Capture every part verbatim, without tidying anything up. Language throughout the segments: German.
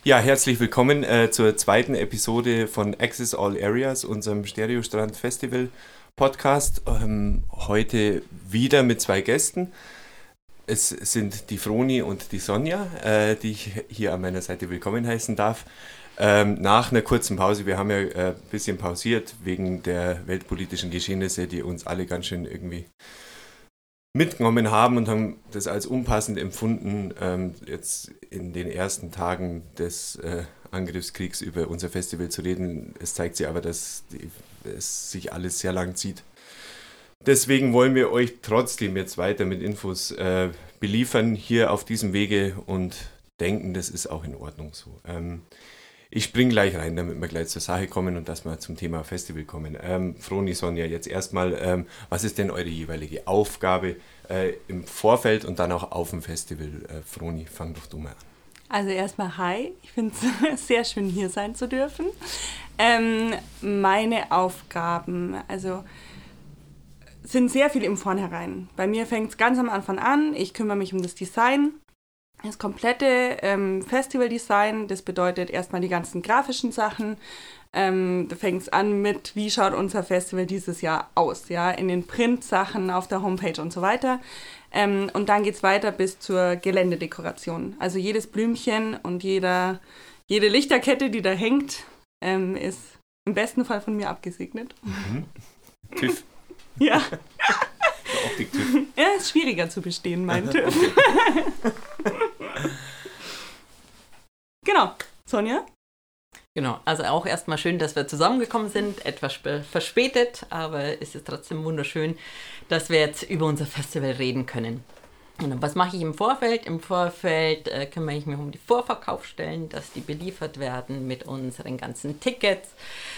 Ja, herzlich willkommen äh, zur zweiten Episode von Access All Areas, unserem Stereostrand Festival Podcast. Ähm, heute wieder mit zwei Gästen. Es sind die Froni und die Sonja, äh, die ich hier an meiner Seite willkommen heißen darf. Ähm, nach einer kurzen Pause, wir haben ja äh, ein bisschen pausiert wegen der weltpolitischen Geschehnisse, die uns alle ganz schön irgendwie mitgenommen haben und haben das als unpassend empfunden, ähm, jetzt in den ersten Tagen des äh, Angriffskriegs über unser Festival zu reden. Es zeigt sich aber, dass die, es sich alles sehr lang zieht. Deswegen wollen wir euch trotzdem jetzt weiter mit Infos äh, beliefern hier auf diesem Wege und denken, das ist auch in Ordnung so. Ähm, ich springe gleich rein, damit wir gleich zur Sache kommen und dass wir zum Thema Festival kommen. Ähm, Froni, Sonja, jetzt erstmal, ähm, was ist denn eure jeweilige Aufgabe äh, im Vorfeld und dann auch auf dem Festival? Äh, Froni, fang doch du mal an. Also erstmal hi, ich finde es sehr schön, hier sein zu dürfen. Ähm, meine Aufgaben, also sind sehr viel im Vornherein. Bei mir fängt es ganz am Anfang an, ich kümmere mich um das Design. Das komplette ähm, Festivaldesign, das bedeutet erstmal die ganzen grafischen Sachen. Ähm, da fängt es an mit, wie schaut unser Festival dieses Jahr aus, ja, in den Print-Sachen auf der Homepage und so weiter. Ähm, und dann geht es weiter bis zur Geländedekoration. Also jedes Blümchen und jeder, jede Lichterkette, die da hängt, ähm, ist im besten Fall von mir abgesegnet. Mhm. TÜV. Ja. Optik-TÜV. Ja, ist schwieriger zu bestehen, mein TÜV. Genau. Sonja? Genau, also auch erstmal schön, dass wir zusammengekommen sind, etwas sp- verspätet, aber es ist trotzdem wunderschön, dass wir jetzt über unser Festival reden können. Und was mache ich im Vorfeld? Im Vorfeld äh, kümmere ich mich um die Vorverkaufsstellen, dass die beliefert werden mit unseren ganzen Tickets,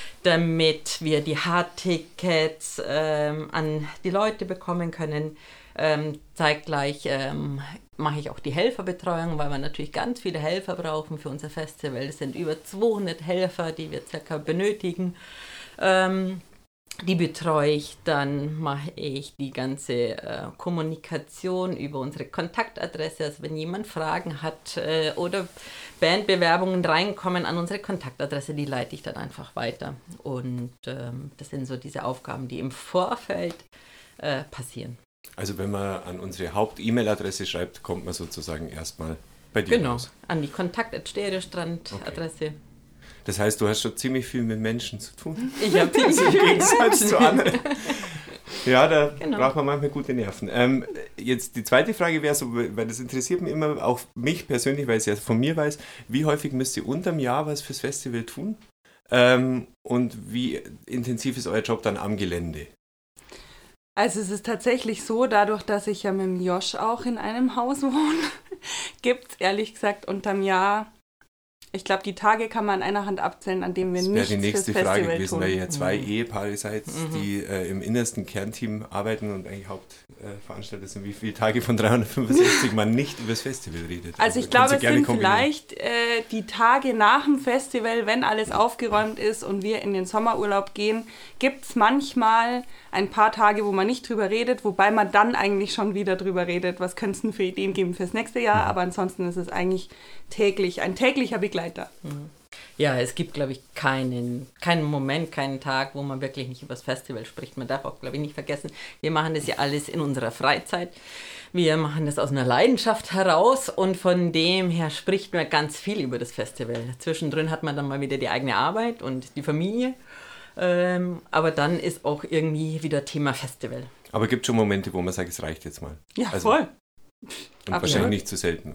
damit wir die Hardtickets ähm, an die Leute bekommen können. Ähm, zeitgleich ähm, mache ich auch die Helferbetreuung, weil wir natürlich ganz viele Helfer brauchen für unser Festival. Es sind über zweihundert Helfer, die wir circa benötigen. Ähm, die betreue ich, dann mache ich die ganze äh, Kommunikation über unsere Kontaktadresse. Also wenn jemand Fragen hat äh, oder Bandbewerbungen reinkommen an unsere Kontaktadresse, die leite ich dann einfach weiter. Und ähm, das sind so diese Aufgaben, die im Vorfeld äh, passieren. Also wenn man an unsere Haupt-E-Mail-Adresse schreibt, kommt man sozusagen erstmal bei dir Genau, raus. An die Kontakt-Stereostrand-Adresse. Okay. Das heißt, du hast schon ziemlich viel mit Menschen zu tun. Ich habe ziemlich Im Gegensatz zu anderen. Ja, da Genau. braucht man manchmal gute Nerven. Ähm, jetzt die zweite Frage wäre so, weil das interessiert mich immer, auch mich persönlich, weil ich es ja von mir weiß, wie häufig müsst ihr unterm Jahr was fürs Festival tun? Ähm, und wie intensiv ist euer Job dann am Gelände? Also es ist tatsächlich so, dadurch, dass ich ja mit dem Josh auch in einem Haus wohne, gibt es ehrlich gesagt unterm Jahr, ich glaube, die Tage kann man an einer Hand abzählen, an denen wir das nichts wäre die nächste fürs Frage Festival gewesen, tun. weil ihr ja zwei Mhm. Ehepaare seid, Mhm. die äh, im innersten Kernteam arbeiten und eigentlich Hauptveranstalter sind. Wie viele Tage von dreihundertfünfundsechzig man nicht über das Festival redet? Also ich könnt glaube, ihr es gerne sind kombinieren. vielleicht äh, die Tage nach dem Festival, wenn alles aufgeräumt ist und wir in den Sommerurlaub gehen, gibt es manchmal ein paar Tage, wo man nicht drüber redet, wobei man dann eigentlich schon wieder drüber redet, was könnte es denn für Ideen geben fürs nächste Jahr, Mhm. aber ansonsten ist es eigentlich täglich, ein täglicher Begleiter. Ja, es gibt, glaube ich, keinen, keinen Moment, keinen Tag, wo man wirklich nicht über das Festival spricht. Man darf auch, glaube ich, nicht vergessen, wir machen das ja alles in unserer Freizeit. Wir machen das aus einer Leidenschaft heraus und von dem her spricht man ganz viel über das Festival. Zwischendrin hat man dann mal wieder die eigene Arbeit und die Familie, ähm, aber dann ist auch irgendwie wieder Thema Festival. Aber gibt schon Momente, wo man sagt, es reicht jetzt mal. Ja, Also- voll. Und Absolut. wahrscheinlich nicht zu selten.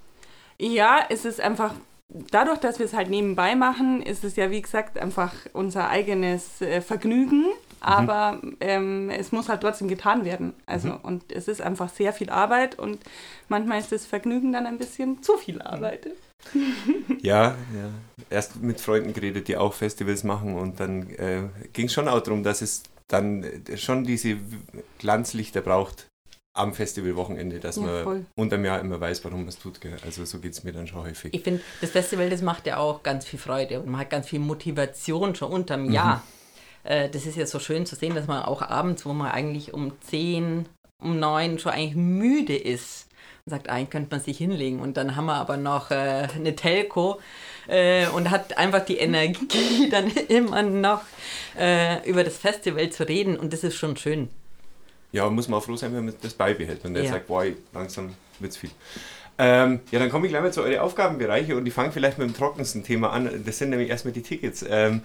Ja, es ist einfach, dadurch, dass wir es halt nebenbei machen, ist es ja, wie gesagt, einfach unser eigenes äh, Vergnügen, aber ähm, es muss halt trotzdem getan werden. Also, Mhm. und es ist einfach sehr viel Arbeit und manchmal ist das Vergnügen dann ein bisschen zu viel Arbeit. Ja, ja. Erst mit Freunden geredet, die auch Festivals machen und dann äh, ging es schon auch darum, dass es dann schon diese Glanzlichter braucht am Festivalwochenende, dass Ja, man voll. unterm Jahr immer weiß, warum man es tut. Gell? Also so geht es mir dann schon häufig. Ich finde, das Festival, das macht ja auch ganz viel Freude und man hat ganz viel Motivation schon unterm Mhm. Jahr. Äh, das ist ja so schön zu sehen, dass man auch abends, wo man eigentlich um zehn, um neun schon eigentlich müde ist, sagt, eigentlich könnte man sich hinlegen. Und dann haben wir aber noch äh, eine Telco äh, und hat einfach die Energie, dann immer noch äh, über das Festival zu reden. Und das ist schon schön. Ja, muss man auch froh sein, wenn man das beibehält. Und der Ja. sagt, boah, langsam wird's viel. Ähm, ja, dann komme ich gleich mal zu euren Aufgabenbereiche und ich fange vielleicht mit dem trockensten Thema an. Das sind nämlich erstmal die Tickets. Ähm,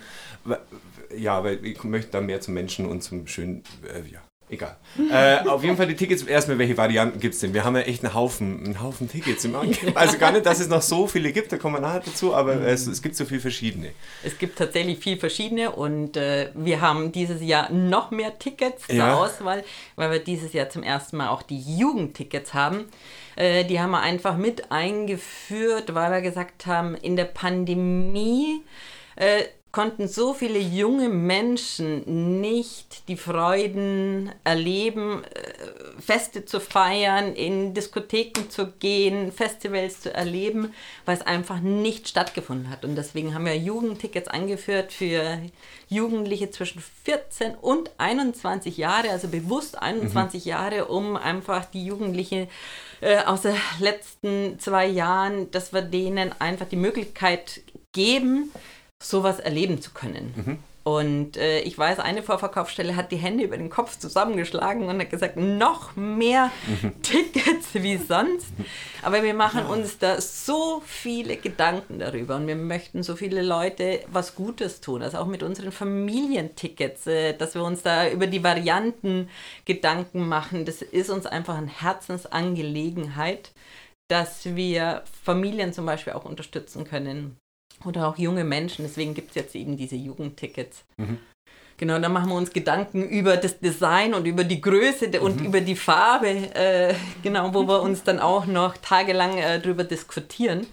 ja, weil ich möchte da mehr zum Menschen und zum schönen, äh, ja, egal. Äh, auf jeden Fall die Tickets, erstmal, welche Varianten gibt es denn? Wir haben ja echt einen Haufen, einen Haufen Tickets im Angebot. Also gar nicht, dass es noch so viele gibt, da kommen wir nachher dazu, aber es, es gibt so viele verschiedene. Es gibt tatsächlich viel verschiedene und äh, wir haben dieses Jahr noch mehr Tickets zur Ja. Auswahl, weil wir dieses Jahr zum ersten Mal auch die Jugendtickets haben. Äh, die haben wir einfach mit eingeführt, weil wir gesagt haben, in der Pandemie äh, konnten so viele junge Menschen nicht die Freuden erleben, äh, Feste zu feiern, in Diskotheken zu gehen, Festivals zu erleben, weil es einfach nicht stattgefunden hat. Und deswegen haben wir Jugendtickets eingeführt für Jugendliche zwischen vierzehn und einundzwanzig Jahre, also bewusst einundzwanzig mhm. Jahre, um einfach die Jugendlichen äh, aus den letzten zwei Jahren, dass wir denen einfach die Möglichkeit geben, sowas erleben zu können. Mhm. Und äh, ich weiß, eine Vorverkaufsstelle hat die Hände über den Kopf zusammengeschlagen und hat gesagt, noch mehr mhm. Tickets wie sonst. Aber wir machen uns da so viele Gedanken darüber und wir möchten so viele Leute was Gutes tun. Also auch mit unseren Familientickets, äh, dass wir uns da über die Varianten Gedanken machen. Das ist uns einfach eine Herzensangelegenheit, dass wir Familien zum Beispiel auch unterstützen können. Oder auch junge Menschen, deswegen gibt es jetzt eben diese Jugendtickets. Mhm. Genau, da machen wir uns Gedanken über das Design und über die Größe de- und mhm. über die Farbe, äh, genau, wo wir uns dann auch noch tagelang äh, drüber diskutieren.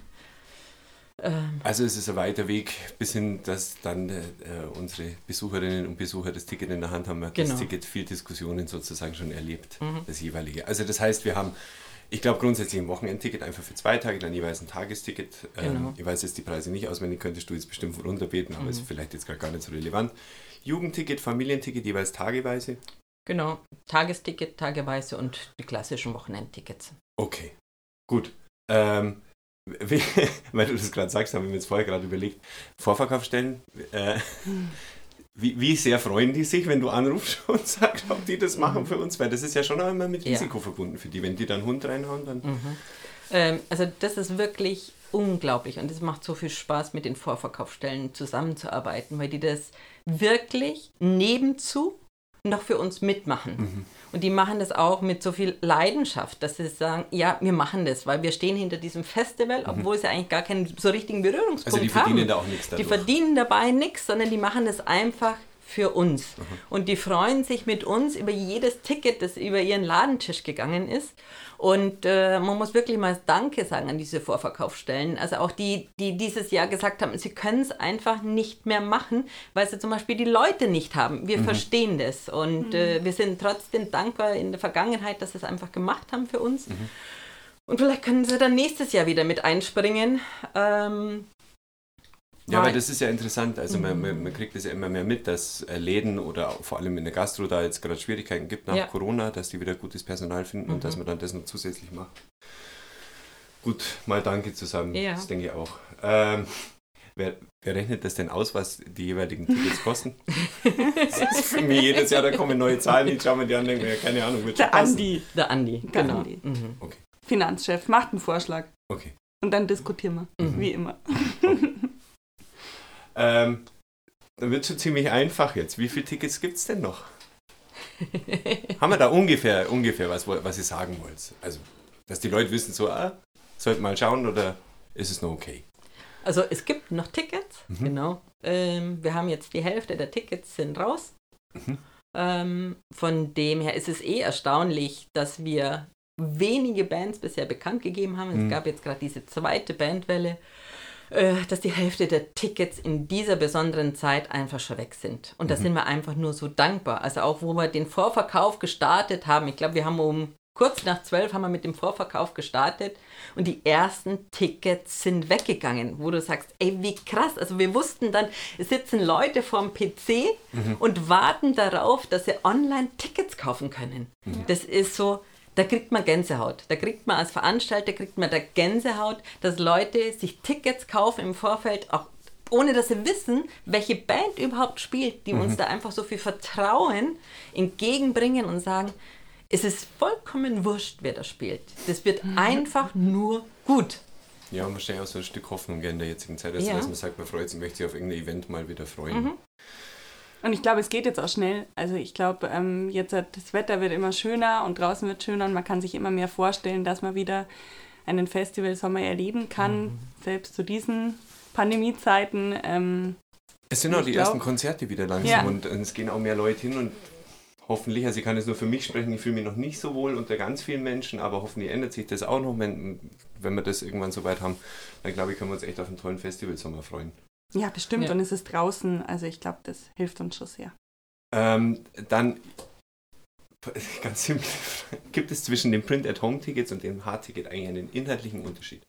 Ähm. Also es ist ein weiter Weg, bis hin, dass dann äh, unsere Besucherinnen und Besucher das Ticket in der Hand haben, genau. das Ticket viel Diskussionen sozusagen schon erlebt, mhm. das jeweilige. Also das heißt, wir haben Ich glaube grundsätzlich ein Wochenendticket einfach für zwei Tage, dann jeweils ein Tagesticket. Ähm, genau. Ich weiß jetzt die Preise nicht auswendig, könntest du jetzt bestimmt runterbeten, aber mhm. ist vielleicht jetzt gar nicht so relevant. Jugendticket, Familienticket, jeweils tageweise. Genau, Tagesticket, tageweise und die klassischen Wochenendtickets. Okay, gut. Ähm, wie, weil du das gerade sagst, haben wir mir jetzt vorher gerade überlegt, Vorverkaufsstellen, äh, Wie, wie sehr freuen die sich, wenn du anrufst und sagst, ob die das machen für uns? Weil das ist ja schon auch immer mit Risiko ja. verbunden für die. Wenn die dann einen Hund reinhauen, dann... Mhm. Ähm, also das ist wirklich unglaublich und es macht so viel Spaß, mit den Vorverkaufsstellen zusammenzuarbeiten, weil die das wirklich nebenzu noch für uns mitmachen. Mhm. Und die machen das auch mit so viel Leidenschaft, dass sie sagen, ja, wir machen das, weil wir stehen hinter diesem Festival, obwohl mhm. sie eigentlich gar keinen so richtigen Berührungspunkt haben. Also die verdienen haben. da auch nichts dadurch. Die verdienen dabei nichts, sondern die machen das einfach für uns. Mhm. Und die freuen sich mit uns über jedes Ticket, das über ihren Ladentisch gegangen ist. Und äh, man muss wirklich mal Danke sagen an diese Vorverkaufsstellen. Also auch die, die dieses Jahr gesagt haben, sie können es einfach nicht mehr machen, weil sie zum Beispiel die Leute nicht haben. Wir mhm. verstehen das. Und mhm. äh, wir sind trotzdem dankbar in der Vergangenheit, dass sie es einfach gemacht haben für uns. Mhm. Und vielleicht können sie dann nächstes Jahr wieder mit einspringen. Ähm, Ja, weil das ist ja interessant, also man, man, man kriegt das ja immer mehr mit, dass Läden oder vor allem in der Gastro da jetzt gerade Schwierigkeiten gibt nach ja. Corona, dass die wieder gutes Personal finden mhm. und dass man dann das noch zusätzlich macht. Gut, mal danke zusammen, ja. das denke ich auch. Ähm, wer, wer rechnet das denn aus, was die jeweiligen Tickets kosten? Das ist für mich jedes Jahr, da kommen neue Zahlen, die schauen wir die an, denken wir, ja, keine Ahnung, wird Der Andi. Der Andi, Der genau. Andi. Mhm. Okay. Finanzchef, macht einen Vorschlag. Okay. Und dann diskutieren wir, mhm. wie immer. Okay. Ähm, dann wird es schon ziemlich einfach jetzt. Wie viele Tickets gibt es denn noch? Haben wir da ungefähr, ungefähr was, was ihr sagen wollt? Also, dass die Leute wissen, so, ah, sollten mal schauen oder ist es noch okay? Also es gibt noch Tickets, mhm. genau. Ähm, wir haben jetzt die Hälfte der Tickets sind raus. Mhm. Ähm, von dem her ist es eh erstaunlich, dass wir wenige Bands bisher bekannt gegeben haben. Mhm. Es gab jetzt gerade diese zweite Bandwelle, dass die Hälfte der Tickets in dieser besonderen Zeit einfach schon weg sind. Und da mhm. sind wir einfach nur so dankbar. Also auch, wo wir den Vorverkauf gestartet haben, ich glaube, wir haben um kurz nach zwölf haben wir mit dem Vorverkauf gestartet und die ersten Tickets sind weggegangen, wo du sagst, ey, wie krass. Also wir wussten dann, es sitzen Leute vorm P C mhm. und warten darauf, dass sie online Tickets kaufen können. Mhm. Das ist so, da kriegt man Gänsehaut. Da kriegt man als Veranstalter, kriegt man da Gänsehaut, dass Leute sich Tickets kaufen im Vorfeld, auch ohne dass sie wissen, welche Band überhaupt spielt, die mhm. uns da einfach so viel Vertrauen entgegenbringen und sagen, es ist vollkommen wurscht, wer da spielt. Das wird mhm. einfach nur gut. Ja, und wahrscheinlich auch so ein Stück Hoffnung in der jetzigen Zeit, also, ja. dass man sagt, man freut sich, möchte sich auf irgendein Event mal wieder freuen. Mhm. Und ich glaube, es geht jetzt auch schnell. Also ich glaube, ähm, jetzt das Wetter wird immer schöner und draußen wird schöner und man kann sich immer mehr vorstellen, dass man wieder einen Festivalsommer erleben kann, mhm. selbst zu diesen Pandemiezeiten. Ähm, es sind auch die glaub, ersten Konzerte wieder langsam ja. und, und es gehen auch mehr Leute hin und hoffentlich, also ich kann jetzt nur für mich sprechen, ich fühle mich noch nicht so wohl unter ganz vielen Menschen, aber hoffentlich ändert sich das auch noch, wenn, wenn wir das irgendwann so weit haben, dann glaube ich, können wir uns echt auf einen tollen Festivalsommer freuen. Ja, bestimmt ja. und es ist draußen, also ich glaube, das hilft uns schon sehr. Ähm, dann, ganz simpel, gibt es zwischen den Print-at-Home-Tickets und dem Hard-Ticket eigentlich einen inhaltlichen Unterschied?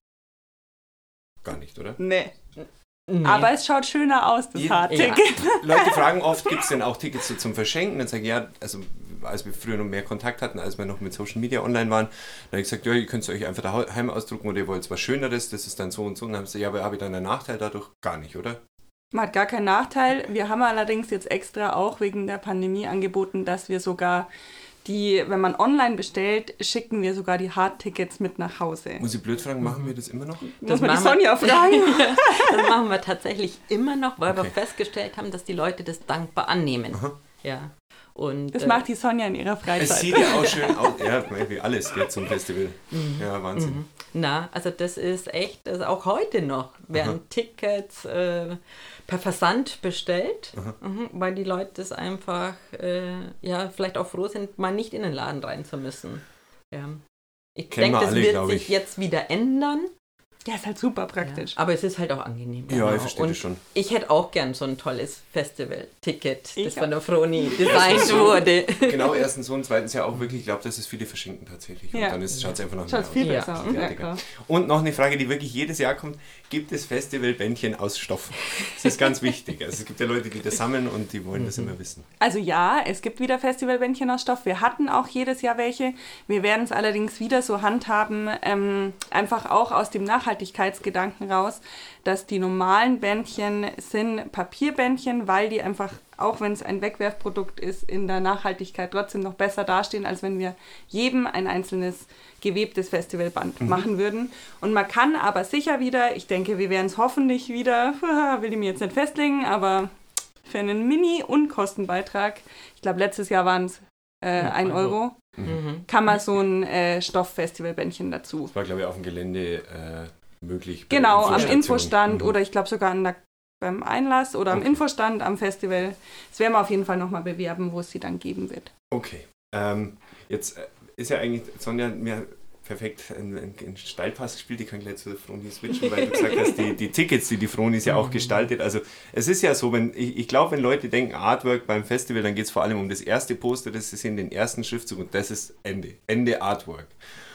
Gar nicht, oder? Nee. Nee. Aber es schaut schöner aus, das Hard-Ticket. Ja. Leute fragen oft, gibt es denn auch Tickets so zum Verschenken? Dann sage ich, ja, also als wir früher noch mehr Kontakt hatten, als wir noch mit Social Media online waren, dann habe ich gesagt, ja, ihr könnt es euch einfach daheim ausdrucken oder ihr wollt was Schöneres, das ist dann so und so. Und dann haben sie gesagt, ja, aber habe ich dann einen Nachteil dadurch? Gar nicht, oder? Man hat gar keinen Nachteil. Wir haben allerdings jetzt extra auch wegen der Pandemie angeboten, dass wir sogar die, wenn man online bestellt, schicken wir sogar die Hard-Tickets mit nach Hause. Muss ich blöd fragen, machen wir das immer noch? Das Muss man die Sonja fragen? Das machen wir tatsächlich immer noch, weil okay. wir festgestellt haben, dass die Leute das dankbar annehmen. Aha. Ja. Und, das äh, macht die Sonja in ihrer Freizeit. Es sieht ja auch schön aus. Ja, wie alles geht zum Festival. Mhm. Ja, Wahnsinn. Mhm. Na, also das ist echt, also auch heute noch werden Aha. Tickets äh, per Versand bestellt, mhm, weil die Leute das einfach, äh, ja, vielleicht auch froh sind, mal nicht in den Laden rein zu müssen. Ja. Ich denke, das alle, wird sich jetzt wieder ändern. Ja, ist halt super praktisch. Ja, aber es ist halt auch angenehm. Ja, genau. Ich verstehe das schon. Ich hätte auch gern so ein tolles Festival-Ticket, das von der Froni designt wurde. Genau, erstens so und zweitens ja auch wirklich, ich glaube, dass es viele verschenken tatsächlich. Ja. Und dann schaut es einfach noch Schaut's mehr viel aus. besser aus. Ja, und noch eine Frage, die wirklich jedes Jahr kommt. Gibt es Festivalbändchen aus Stoff? Das ist ganz wichtig. Also es gibt ja Leute, die das sammeln und die wollen das immer wissen. Also ja, es gibt wieder Festivalbändchen aus Stoff. Wir hatten auch jedes Jahr welche. Wir werden es allerdings wieder so handhaben, ähm, einfach auch aus dem Nachhaltigkeitsgedanken raus, dass die normalen Bändchen sind Papierbändchen, weil die einfach, auch wenn es ein Wegwerfprodukt ist, in der Nachhaltigkeit trotzdem noch besser dastehen, als wenn wir jedem ein einzelnes gewebtes Festivalband mhm. machen würden. Und man kann aber sicher wieder, ich denke, wir werden es hoffentlich wieder, will ich mir jetzt nicht festlegen, aber für einen Mini-Unkostenbeitrag, ich glaube letztes Jahr waren es äh, ja, ein Euro, mhm. kann man so ein äh, Stofffestivalbändchen dazu. Das war, glaube ich, auf dem Gelände äh, möglich. Genau, am Infostand mhm. oder ich glaube sogar an der, beim Einlass oder okay. am Infostand, am Festival. Das werden wir auf jeden Fall nochmal bewerben, wo es sie dann geben wird. Okay, ähm, jetzt ist ja eigentlich Sonja mir perfekt einen, einen Steilpass gespielt, ich kann gleich zu der Froni switchen, weil du gesagt hast, die, die Tickets, die die Fronis ja auch gestaltet, also es ist ja so, wenn ich, ich glaube, wenn Leute denken Artwork beim Festival, dann geht es vor allem um das erste Poster, das ist in den ersten Schriftzug und das ist Ende, Ende Artwork.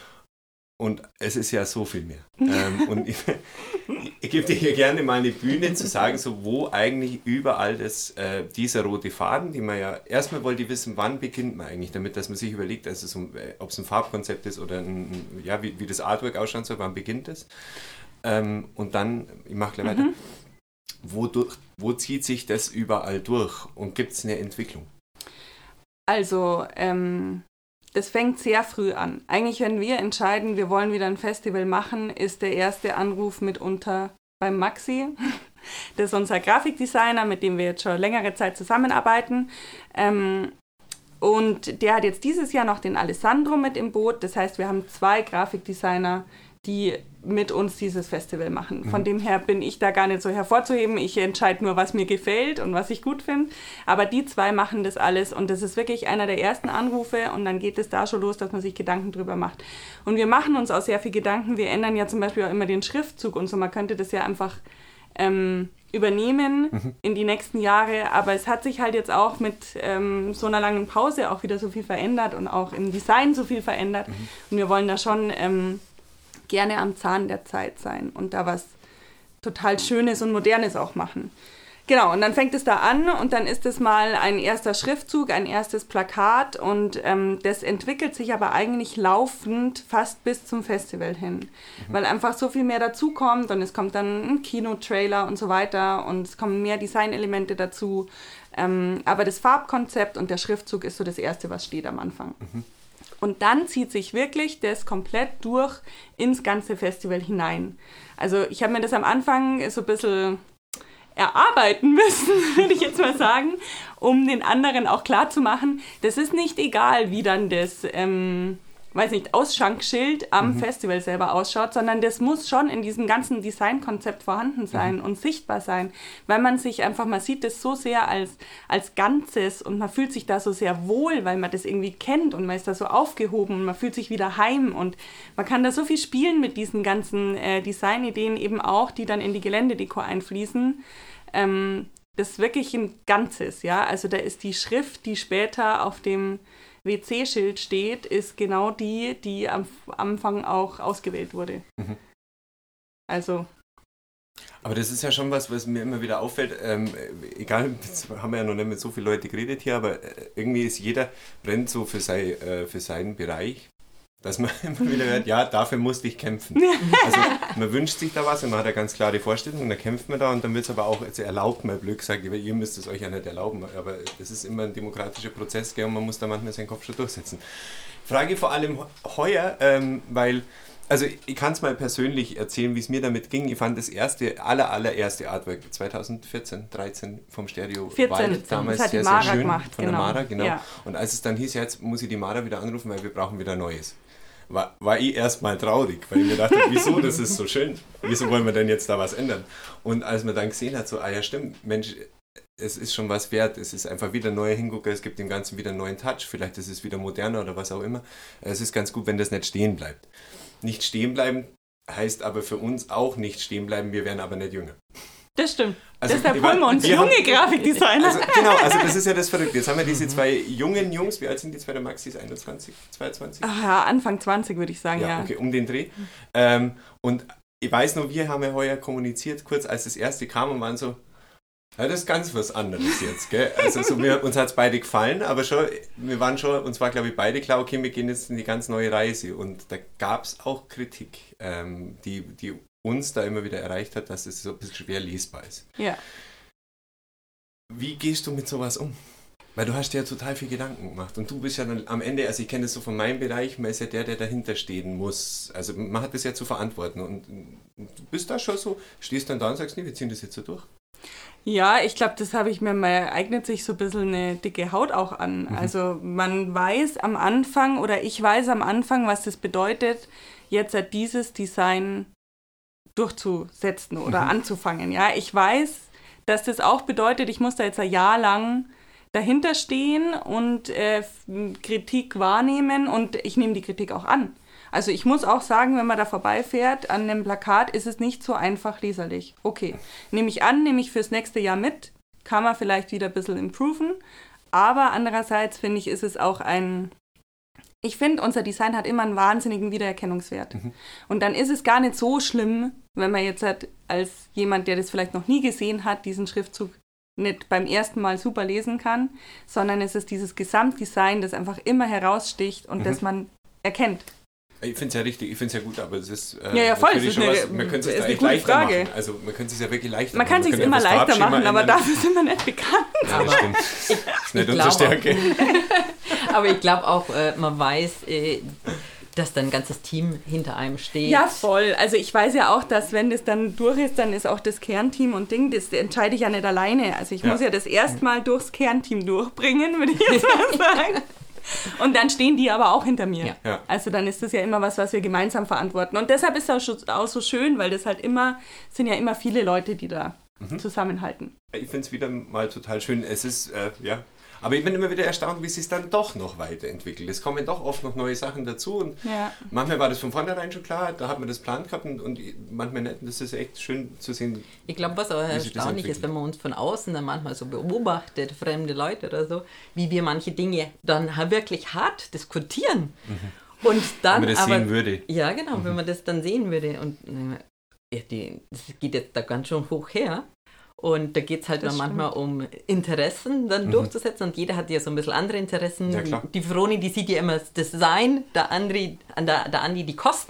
Und es ist ja so viel mehr. ähm, und ich, ich gebe dir hier gerne mal eine Bühne zu sagen, so wo eigentlich überall das, äh, dieser rote Faden, die man ja, erstmal wollte ich wissen, wann beginnt man eigentlich damit, dass man sich überlegt, also so, äh, ob es ein Farbkonzept ist oder ein, ja, wie, wie das Artwork ausschauen soll, wann beginnt es? Ähm, und dann, ich mache gleich weiter, mhm. wo, durch, wo zieht sich das überall durch und gibt es eine Entwicklung? Also, ähm... Das fängt sehr früh an. Eigentlich, wenn wir entscheiden, wir wollen wieder ein Festival machen, ist der erste Anruf mitunter beim Maxi. Das ist unser Grafikdesigner, mit dem wir jetzt schon längere Zeit zusammenarbeiten. Ähm, und der hat jetzt dieses Jahr noch den Alessandro mit im Boot. Das heißt, wir haben zwei Grafikdesigner, die mit uns dieses Festival machen. Von mhm. dem her bin ich da gar nicht so hervorzuheben. Ich entscheide nur, was mir gefällt und was ich gut finde. Aber die zwei machen das alles und das ist wirklich einer der ersten Anrufe und dann geht es da schon los, dass man sich Gedanken drüber macht. Und wir machen uns auch sehr viel Gedanken. Wir ändern ja zum Beispiel auch immer den Schriftzug und so. Man könnte das ja einfach ähm, übernehmen mhm. in die nächsten Jahre. Aber es hat sich halt jetzt auch mit ähm, so einer langen Pause auch wieder so viel verändert und auch im Design so viel verändert. Mhm. Und wir wollen da schon Ähm, gerne am Zahn der Zeit sein und da was total Schönes und Modernes auch machen. Genau, und dann fängt es da an und dann ist es mal ein erster Schriftzug, ein erstes Plakat und ähm, das entwickelt sich aber eigentlich laufend fast bis zum Festival hin, mhm. weil einfach so viel mehr dazukommt und es kommt dann ein Kinotrailer und so weiter und es kommen mehr Designelemente dazu, ähm, aber das Farbkonzept und der Schriftzug ist so das Erste, was steht am Anfang. Mhm. Und dann zieht sich wirklich das komplett durch ins ganze Festival hinein. Also ich habe mir das am Anfang so ein bisschen erarbeiten müssen, würde ich jetzt mal sagen, um den anderen auch klarzumachen, das ist nicht egal, wie dann das, ähm, weiß nicht, Ausschanksschild am mhm. Festival selber ausschaut, sondern das muss schon in diesem ganzen Designkonzept vorhanden sein mhm. und sichtbar sein, weil man sich einfach, man sieht das so sehr als, als Ganzes und man fühlt sich da so sehr wohl, weil man das irgendwie kennt und man ist da so aufgehoben und man fühlt sich wieder heim und man kann da so viel spielen mit diesen ganzen äh, Designideen eben auch, die dann in die Geländedeko einfließen. Ähm, das ist wirklich ein Ganzes, ja, also da ist die Schrift, die später auf dem W C-Schild steht, ist genau die, die am Anfang auch ausgewählt wurde. Mhm. Also. Aber das ist ja schon was, was mir immer wieder auffällt. Ähm, egal, jetzt haben wir ja noch nicht mit so vielen Leuten geredet hier, aber irgendwie ist jeder, brennt so für, sei, äh, für seinen Bereich. Dass man immer wieder hört, ja, dafür musste ich kämpfen. Also man wünscht sich da was und man hat eine ganz klare Vorstellung und dann kämpft man da und dann wird es aber auch also erlaubt, mal blöd gesagt, ihr müsst es euch ja nicht erlauben, aber das ist immer ein demokratischer Prozess, gell, und man muss da manchmal seinen Kopf schon durchsetzen. Frage vor allem heuer, ähm, weil, also ich kann es mal persönlich erzählen, wie es mir damit ging. Ich fand das erste, aller, allererste Artwork zwanzig vierzehn, dreizehn vom Stereo vierzehn, damals das hat sehr, die Mara sehr schön gemacht, von genau. der Mara, genau. Ja. Und als es dann hieß, ja, jetzt muss ich die Mara wieder anrufen, weil wir brauchen wieder Neues. War, war ich erstmal traurig, weil ich mir dachte, wieso, das ist so schön, wieso wollen wir denn jetzt da was ändern? Und als man dann gesehen hat, so, ah ja stimmt, Mensch, es ist schon was wert, es ist einfach wieder ein neuer Hingucker, es gibt dem Ganzen wieder einen neuen Touch, vielleicht ist es wieder moderner oder was auch immer. Es ist ganz gut, wenn das nicht stehen bleibt. Nicht stehen bleiben heißt aber für uns auch nicht stehen bleiben, wir werden aber nicht jünger. Das stimmt. Also, deshalb holen wir uns wir junge haben, Grafikdesigner. Also, genau, also das ist ja das Verrückte. Jetzt haben wir diese zwei jungen Jungs, wie alt sind die zwei? Der Maxi ist einundzwanzig, zweiundzwanzig? Ach ja, Anfang zwanzig würde ich sagen, ja. Ja, okay, um den Dreh. Ähm, und ich weiß noch, wir haben ja heuer kommuniziert, kurz als das erste kam und waren so, ja, das ist ganz was anderes jetzt, gell? Also so, wir, uns hat es beide gefallen, aber schon, wir waren schon, uns war glaube ich beide klar, okay, wir gehen jetzt in die ganz neue Reise und da gab es auch Kritik, ähm, die, die uns da immer wieder erreicht hat, dass es so ein bisschen schwer lesbar ist. Ja. Wie gehst du mit sowas um? Weil du hast dir ja total viel Gedanken gemacht und du bist ja dann am Ende, also ich kenne das so von meinem Bereich, man ist ja der, der dahinter stehen muss. Also man hat das ja zu verantworten und du bist da schon so, stehst dann da und sagst, nee, wir ziehen das jetzt so durch. Ja, ich glaube, das habe ich mir mal, eignet sich so ein bisschen eine dicke Haut auch an. Mhm. Also man weiß am Anfang oder ich weiß am Anfang, was das bedeutet, jetzt halt dieses Design durchzusetzen oder mhm. anzufangen. Ja, ich weiß, dass das auch bedeutet, ich muss da jetzt ein Jahr lang dahinter stehen und äh, Kritik wahrnehmen und ich nehme die Kritik auch an. Also ich muss auch sagen, wenn man da vorbeifährt an einem Plakat, ist es nicht so einfach leserlich. Okay, nehme ich an, nehme ich fürs nächste Jahr mit, kann man vielleicht wieder ein bisschen improven, aber andererseits finde ich, ist es auch ein... Ich finde, unser Design hat immer einen wahnsinnigen Wiedererkennungswert. Mhm. Und dann ist es gar nicht so schlimm, wenn man jetzt halt als jemand, der das vielleicht noch nie gesehen hat, diesen Schriftzug nicht beim ersten Mal super lesen kann, sondern es ist dieses Gesamtdesign, das einfach immer heraussticht und mhm. das man erkennt. Ich finde es ja richtig, ich finde es ja gut, aber es ist äh, ja, ja, voll, es ist schon eine, was, man könnte es ist da eine echt gute leichter Frage. machen. Also man könnte es ja wirklich leichter man machen. Man kann es immer leichter machen, aber dafür sind wir nicht bekannt. Ja, das stimmt. Das ist nicht unsere Stärke. Auch, aber ich glaube auch, äh, man weiß, äh, dass da ein ganzes Team hinter einem steht. Ja, voll. Also ich weiß ja auch, dass wenn das dann durch ist, dann ist auch das Kernteam und Ding, das entscheide ich ja nicht alleine. Also ich ja. muss ja das erstmal durchs Kernteam durchbringen, würde ich jetzt mal sagen. Und dann stehen die aber auch hinter mir. Ja. Ja. Also dann ist das ja immer was, was wir gemeinsam verantworten. Und deshalb ist das auch so schön, weil das halt immer, sind ja immer viele Leute, die da mhm. zusammenhalten. Ich finde es wieder mal total schön. Es ist, äh, ja... Aber ich bin immer wieder erstaunt, wie es sich dann doch noch weiterentwickelt. Es kommen doch oft noch neue Sachen dazu und ja. manchmal war das von vornherein schon klar, da hat man das Plan gehabt und, und manchmal nicht. Das ist echt schön zu sehen. Ich glaube, was auch erstaunlich ist, wenn man uns von außen dann manchmal so beobachtet, fremde Leute oder so, wie wir manche Dinge dann wirklich hart diskutieren. Mhm. Und dann, wenn man das aber, sehen würde. Ja, genau, mhm. wenn man das dann sehen würde. Und ja, die, das geht jetzt da ganz schön hoch her. Und da geht es halt Das dann manchmal um Interessen dann mhm. durchzusetzen. Und jeder hat ja so ein bisschen andere Interessen. Ja, klar. Die Veroni, die sieht ja immer das Design, der, Andri, der, der Andi die Kosten.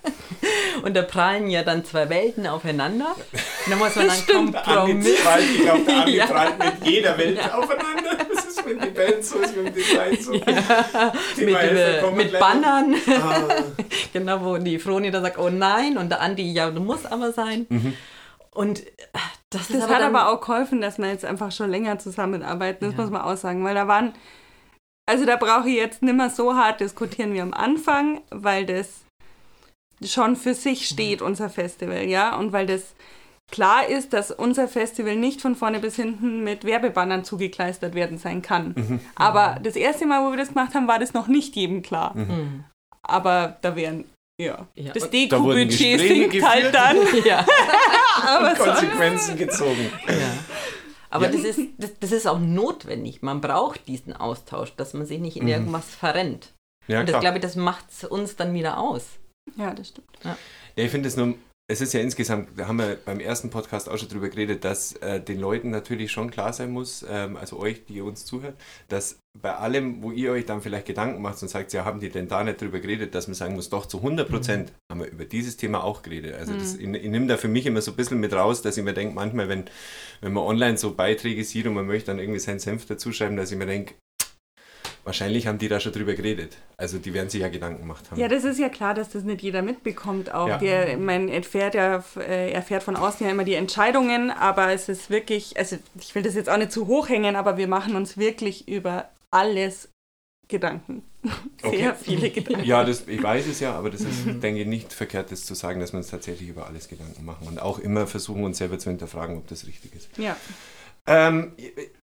Und da prallen ja dann zwei Welten aufeinander. Und da muss man dann Kompromiss. Ich glaube, der Andi Ja. prallt mit jeder Welt ja. aufeinander. Das ist mit den Bands so, ist mit dem Design so. Ja. Mit, äh, mit Bannern. Ah. Genau, wo die Veroni da sagt, oh nein. Und der Andi, ja, du musst aber sein. Mhm. Und das, ist das aber hat dann, aber auch geholfen, dass wir jetzt einfach schon länger zusammenarbeiten, das ja. muss man auch sagen, weil da waren, also da brauche ich jetzt nicht mehr so hart diskutieren wie am Anfang, weil das schon für sich steht, unser Festival, ja, und weil das klar ist, dass unser Festival nicht von vorne bis hinten mit Werbebannern zugekleistert werden sein kann. Mhm. Aber das erste Mal, wo wir das gemacht haben, war das noch nicht jedem klar. Mhm. Aber da wären Ja, ja. das Deko-Budget sinkt halt dann. Ja. Aber Konsequenzen gezogen. Ja. Aber ja. das, ist, das, das ist auch notwendig. Man braucht diesen Austausch, dass man sich nicht in mhm. irgendwas verrennt. Ja, und das, glaube ich, das macht uns dann wieder aus. Ja, das stimmt. Ja, ja ich finde es nur... Es ist ja insgesamt, da haben wir beim ersten Podcast auch schon drüber geredet, dass äh, den Leuten natürlich schon klar sein muss, ähm, also euch, die ihr uns zuhört, dass bei allem, wo ihr euch dann vielleicht Gedanken macht und sagt, ja, haben die denn da nicht drüber geredet, dass man sagen muss, doch zu hundert Prozent mhm. haben wir über dieses Thema auch geredet. Also das, ich, ich nehme da für mich immer so ein bisschen mit raus, dass ich mir denke, manchmal, wenn, wenn man online so Beiträge sieht und man möchte dann irgendwie seinen Senf dazu schreiben, dass ich mir denke, wahrscheinlich haben die da schon drüber geredet. Also die werden sich ja Gedanken gemacht haben. Ja, das ist ja klar, dass das nicht jeder mitbekommt. Auch ja. der, man erfährt ja, erfährt von außen ja immer die Entscheidungen, aber es ist wirklich, also ich will das jetzt auch nicht zu hoch hängen, aber wir machen uns wirklich über alles Gedanken. Sehr okay. viele Gedanken. Ja, das, ich weiß es ja, aber das ist, denke ich, nicht verkehrt, das zu sagen, dass wir uns tatsächlich über alles Gedanken machen und auch immer versuchen, uns selber zu hinterfragen, ob das richtig ist. Ja. Ähm,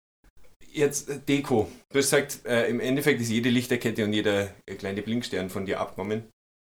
Jetzt äh, Deko. Du hast gesagt, äh, im Endeffekt ist jede Lichterkette und jeder äh, kleine Blinkstern von dir abgenommen.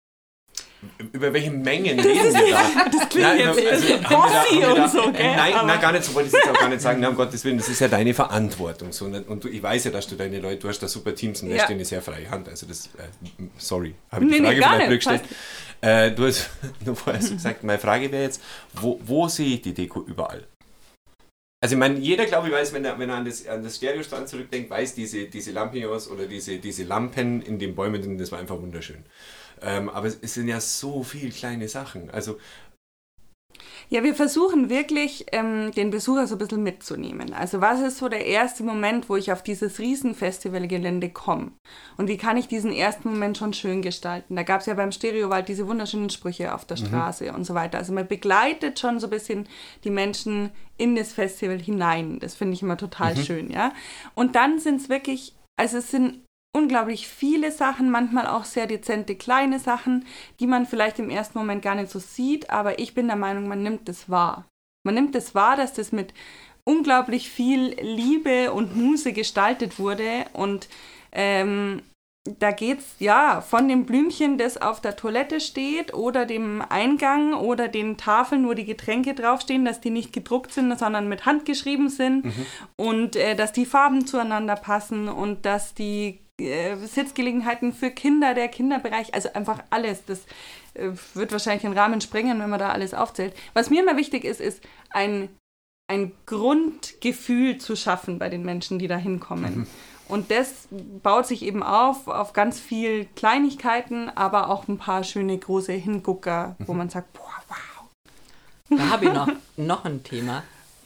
Über welche Mengen reden wir da? Das klingt nein, jetzt also, Rossi und da, so, gell? Äh, nein, nein, gar nicht so wollte ich es jetzt auch gar nicht sagen. Nein, um Gottes Willen, das ist ja deine Verantwortung. So. Und du, ich weiß ja, dass du deine Leute, du hast da super Teams und lässt ja. denen eine sehr freie Hand. Also das, äh, sorry, habe ich die nee, Frage nee, vielleicht blöd gestellt. Äh, du hast nur vorher gesagt, meine Frage wäre jetzt, wo, wo sehe ich die Deko überall? Also ich meine, jeder, glaube ich, weiß, wenn er, wenn er an das, an das Stereostrand zurückdenkt, weiß, diese, diese Lampions oder diese, diese Lampen in den Bäumen, das war einfach wunderschön. Ähm, aber es sind ja so viele kleine Sachen. Also ja, wir versuchen wirklich, ähm, den Besucher so ein bisschen mitzunehmen. Also was ist so der erste Moment, wo ich auf dieses Riesenfestivalgelände komme? Und wie kann ich diesen ersten Moment schon schön gestalten? Da gab es ja beim Stereowald diese wunderschönen Sprüche auf der Straße mhm. und so weiter. Also man begleitet schon so ein bisschen die Menschen in das Festival hinein. Das finde ich immer total mhm. schön, ja. Und dann sind es wirklich, also es sind unglaublich viele Sachen, manchmal auch sehr dezente kleine Sachen, die man vielleicht im ersten Moment gar nicht so sieht, aber ich bin der Meinung, man nimmt das wahr. Man nimmt das wahr, dass das mit unglaublich viel Liebe und Muße gestaltet wurde und ähm, da geht's ja von dem Blümchen, das auf der Toilette steht oder dem Eingang oder den Tafeln, wo die Getränke draufstehen, dass die nicht gedruckt sind, sondern mit Hand geschrieben sind mhm. und äh, dass die Farben zueinander passen und dass die äh, Sitzgelegenheiten für Kinder, der Kinderbereich, also einfach alles, das äh, wird wahrscheinlich den Rahmen sprengen, wenn man da alles aufzählt. Was mir immer wichtig ist, ist ein, ein Grundgefühl zu schaffen bei den Menschen, die da hinkommen. Mhm. Und das baut sich eben auf, auf ganz viel Kleinigkeiten, aber auch ein paar schöne große Hingucker, wo man sagt, boah, wow. Da habe ich noch, noch ein Thema.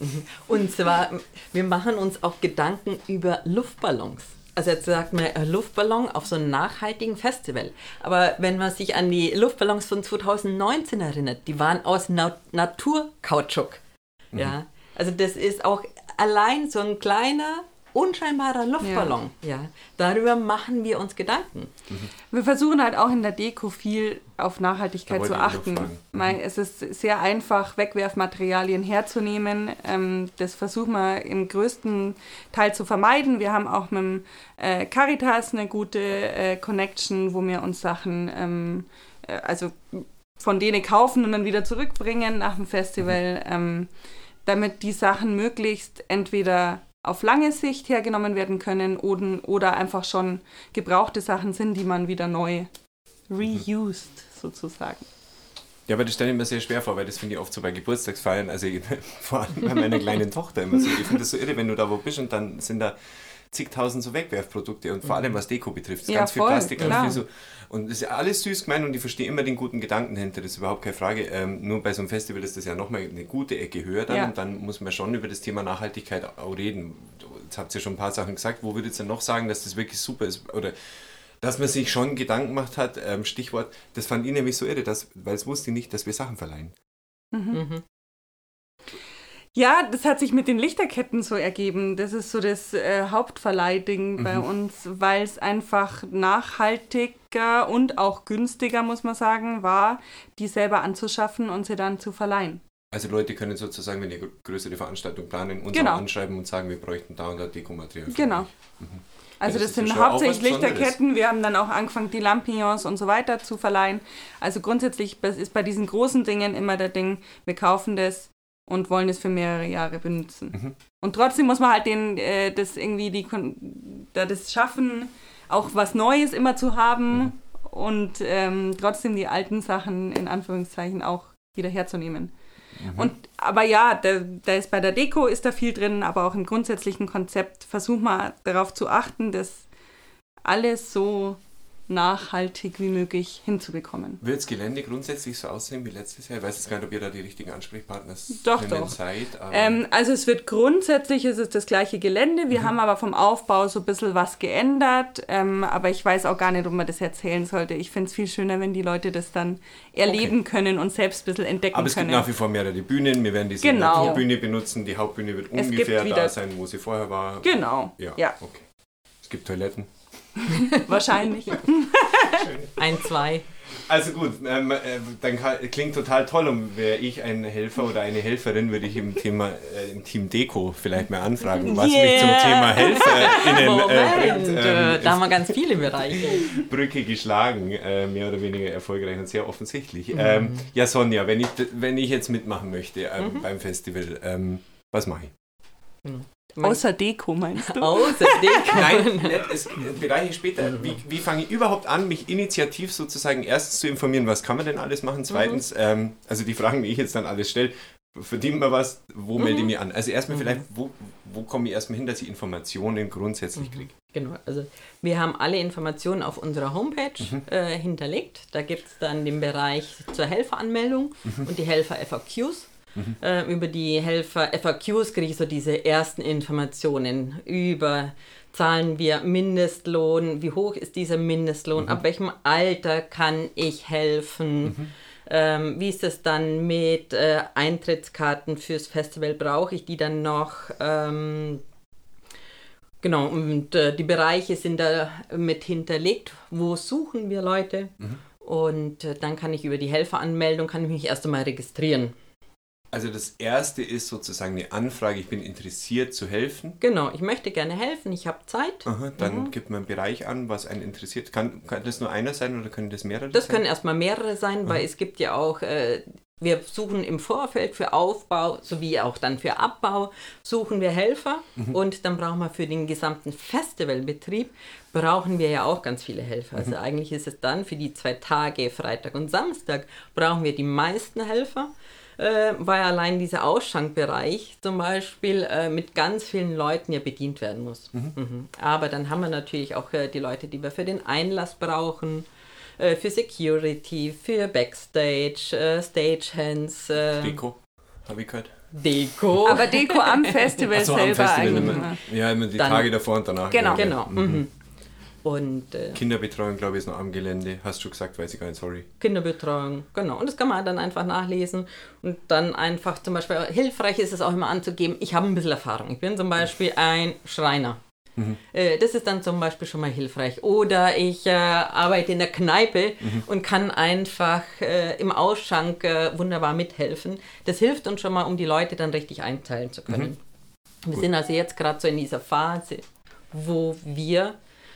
Und zwar, wir machen uns auch Gedanken über Luftballons. Also jetzt sagt man äh, Luftballon auf so einem nachhaltigen Festival. Aber wenn man sich an die Luftballons von zwanzig neunzehn erinnert, die waren aus Na- Naturkautschuk. Mhm. Ja, also das ist auch allein so ein kleiner unscheinbarer Luftballon. Ja. Ja, darüber machen wir uns Gedanken. Mhm. Wir versuchen halt auch in der Deko viel auf Nachhaltigkeit zu achten. Mhm. Es ist sehr einfach, Wegwerfmaterialien herzunehmen. Ähm, das versuchen wir im größten Teil zu vermeiden. Wir haben auch mit dem äh, Caritas eine gute äh, Connection, wo wir uns Sachen ähm, äh, also von denen kaufen und dann wieder zurückbringen nach dem Festival, mhm. ähm, damit die Sachen möglichst entweder auf lange Sicht hergenommen werden können oder, oder einfach schon gebrauchte Sachen sind, die man wieder neu reused sozusagen. Ja, aber das stelle ich mir sehr schwer vor, weil das finde ich oft so bei Geburtstagsfeiern, also vor allem bei meiner kleinen Tochter immer so. Ich finde das so irre, wenn du da wo bist und dann sind da zigtausend so Wegwerfprodukte und vor allem was Deko betrifft. Ja, ganz voll, viel Plastik, ganz klar. viel so. Und das ist ja alles süß gemeint und ich verstehe immer den guten Gedanken dahinter, das ist überhaupt keine Frage. Ähm, nur bei so einem Festival ist das ja nochmal eine gute Ecke höher dann Ja. und dann muss man schon über das Thema Nachhaltigkeit auch reden. Jetzt habt ihr schon ein paar Sachen gesagt, wo würdet ihr denn noch sagen, dass das wirklich super ist oder dass man sich schon Gedanken gemacht hat, ähm, Stichwort, das fand ich nämlich so irre, dass, weil es wusste ich nicht, dass wir Sachen verleihen. Mhm. Mhm. Ja, das hat sich mit den Lichterketten so ergeben. Das ist so das äh, Hauptverleihding Mhm. bei uns, weil es einfach nachhaltiger und auch günstiger, muss man sagen, war, die selber anzuschaffen und sie dann zu verleihen. Also Leute können sozusagen, wenn die größere Veranstaltung planen, uns Genau. auch anschreiben und sagen, wir bräuchten da und da Dekomaterial. für Genau. euch. Mhm. Also Ja, das, das ist ja sind schon auch hauptsächlich was Besonderes. Lichterketten. Wir haben dann auch angefangen, die Lampions und so weiter zu verleihen. Also grundsätzlich ist bei diesen großen Dingen immer der Ding, wir kaufen das und wollen es für mehrere Jahre benutzen. Mhm. Und trotzdem muss man halt den, äh, das irgendwie die Kon- da das schaffen, auch was Neues immer zu haben Mhm. und ähm, trotzdem die alten Sachen in Anführungszeichen auch wieder herzunehmen. Mhm. Und, aber ja, da, da ist bei der Deko ist da viel drin, aber auch im grundsätzlichen Konzept versucht man darauf zu achten, dass alles so nachhaltig wie möglich hinzubekommen. Wird das Gelände grundsätzlich so aussehen wie letztes Jahr? Ich weiß jetzt gar nicht, ob ihr da die richtigen Ansprechpartner Doch, doch. seid. Aber Ähm, also es wird grundsätzlich, es ist das gleiche Gelände, wir Mhm. haben aber vom Aufbau so ein bisschen was geändert, ähm, aber ich weiß auch gar nicht, ob man das erzählen sollte. Ich finde es viel schöner, wenn die Leute das dann erleben können und selbst ein bisschen entdecken aber es gibt können. nach wie vor mehrere Bühnen. Wir werden diese Genau. Naturbühne benutzen. Die Hauptbühne wird Es gibt ungefähr wieder- da sein, wo sie vorher war. Genau, Ja, ja. okay. Es gibt Toiletten. wahrscheinlich. Ein, zwei. Also gut, ähm, äh, dann kann, klingt total toll, und wäre ich ein Helfer oder eine Helferin, würde ich im Thema äh, im Team Deko vielleicht mal anfragen, was mich zum Yeah. Thema HelferInnen äh, Moment, bringt. äh, Ähm, da haben wir ganz viele Bereiche. Brücke geschlagen, äh, mehr oder weniger erfolgreich und sehr offensichtlich. Mhm. Ähm, ja, Sonja, wenn ich, wenn ich jetzt mitmachen möchte ähm, Mhm. beim Festival, ähm, was mache ich? Außer Deko, meinst du? Außer Deko. Nein, nicht, es Bereiche später. Wie, wie fange ich überhaupt an, mich initiativ sozusagen erstens zu informieren, was kann man denn alles machen? Zweitens, ähm, also die Fragen, die ich jetzt dann alles stelle, verdient man was, wo Mhm. melde ich mich an? Also erstmal vielleicht, wo, wo komme ich erstmal hin, dass ich Informationen grundsätzlich kriege? Genau, also wir haben alle Informationen auf unserer Homepage Mhm. äh, hinterlegt. Da gibt es dann den Bereich zur Helferanmeldung Mhm. und die Helfer-F A Qs. Äh, über die Helfer-F A Qs kriege ich so diese ersten Informationen über, zahlen wir Mindestlohn, wie hoch ist dieser Mindestlohn, ab welchem Alter kann ich helfen, ähm, wie ist es dann mit äh, Eintrittskarten fürs Festival, brauche ich die dann noch? Ähm, Genau, und äh, die Bereiche sind da mit hinterlegt, wo suchen wir Leute, und äh, dann kann ich über die Helferanmeldung, kann ich mich erst einmal registrieren. Also das erste ist sozusagen eine Anfrage, ich bin interessiert zu helfen. Genau, ich möchte gerne helfen, ich habe Zeit. Aha, dann gibt man einen Bereich an, was einen interessiert. Kann, kann das nur einer sein oder können das mehrere Das sein? können erstmal mehrere sein, weil es gibt ja auch, äh, wir suchen im Vorfeld für Aufbau sowie auch dann für Abbau, suchen wir Helfer, und dann brauchen wir für den gesamten Festivalbetrieb, brauchen wir ja auch ganz viele Helfer. Also eigentlich ist es dann für die zwei Tage, Freitag und Samstag, brauchen wir die meisten Helfer, äh, weil allein dieser Ausschankbereich zum Beispiel äh, mit ganz vielen Leuten ja bedient werden muss. Mhm. Aber dann haben wir natürlich auch äh, die Leute, die wir für den Einlass brauchen, äh, für Security, für Backstage, äh, Stagehands, äh, Deko, habe ich gehört. Deko. Aber Deko am Festival Ach so, am selber Festival eigentlich immer. immer. Ja, immer die Dann- Tage davor und danach. Genau. ja, Genau. Mhm. Mhm. Und äh, Kinderbetreuung, glaube ich, ist noch am Gelände. Hast du schon gesagt, weiß ich gar nicht, sorry. Kinderbetreuung, genau. Und das kann man dann einfach nachlesen und dann einfach zum Beispiel, hilfreich ist es auch immer anzugeben, ich habe ein bisschen Erfahrung. Ich bin zum Beispiel ein Schreiner. Mhm. Äh, das ist dann zum Beispiel schon mal hilfreich. Oder ich äh, arbeite in der Kneipe Mhm. und kann einfach äh, im Ausschank äh, wunderbar mithelfen. Das hilft uns schon mal, um die Leute dann richtig einteilen zu können. Wir Gut. sind also jetzt gerade so in dieser Phase, wo wir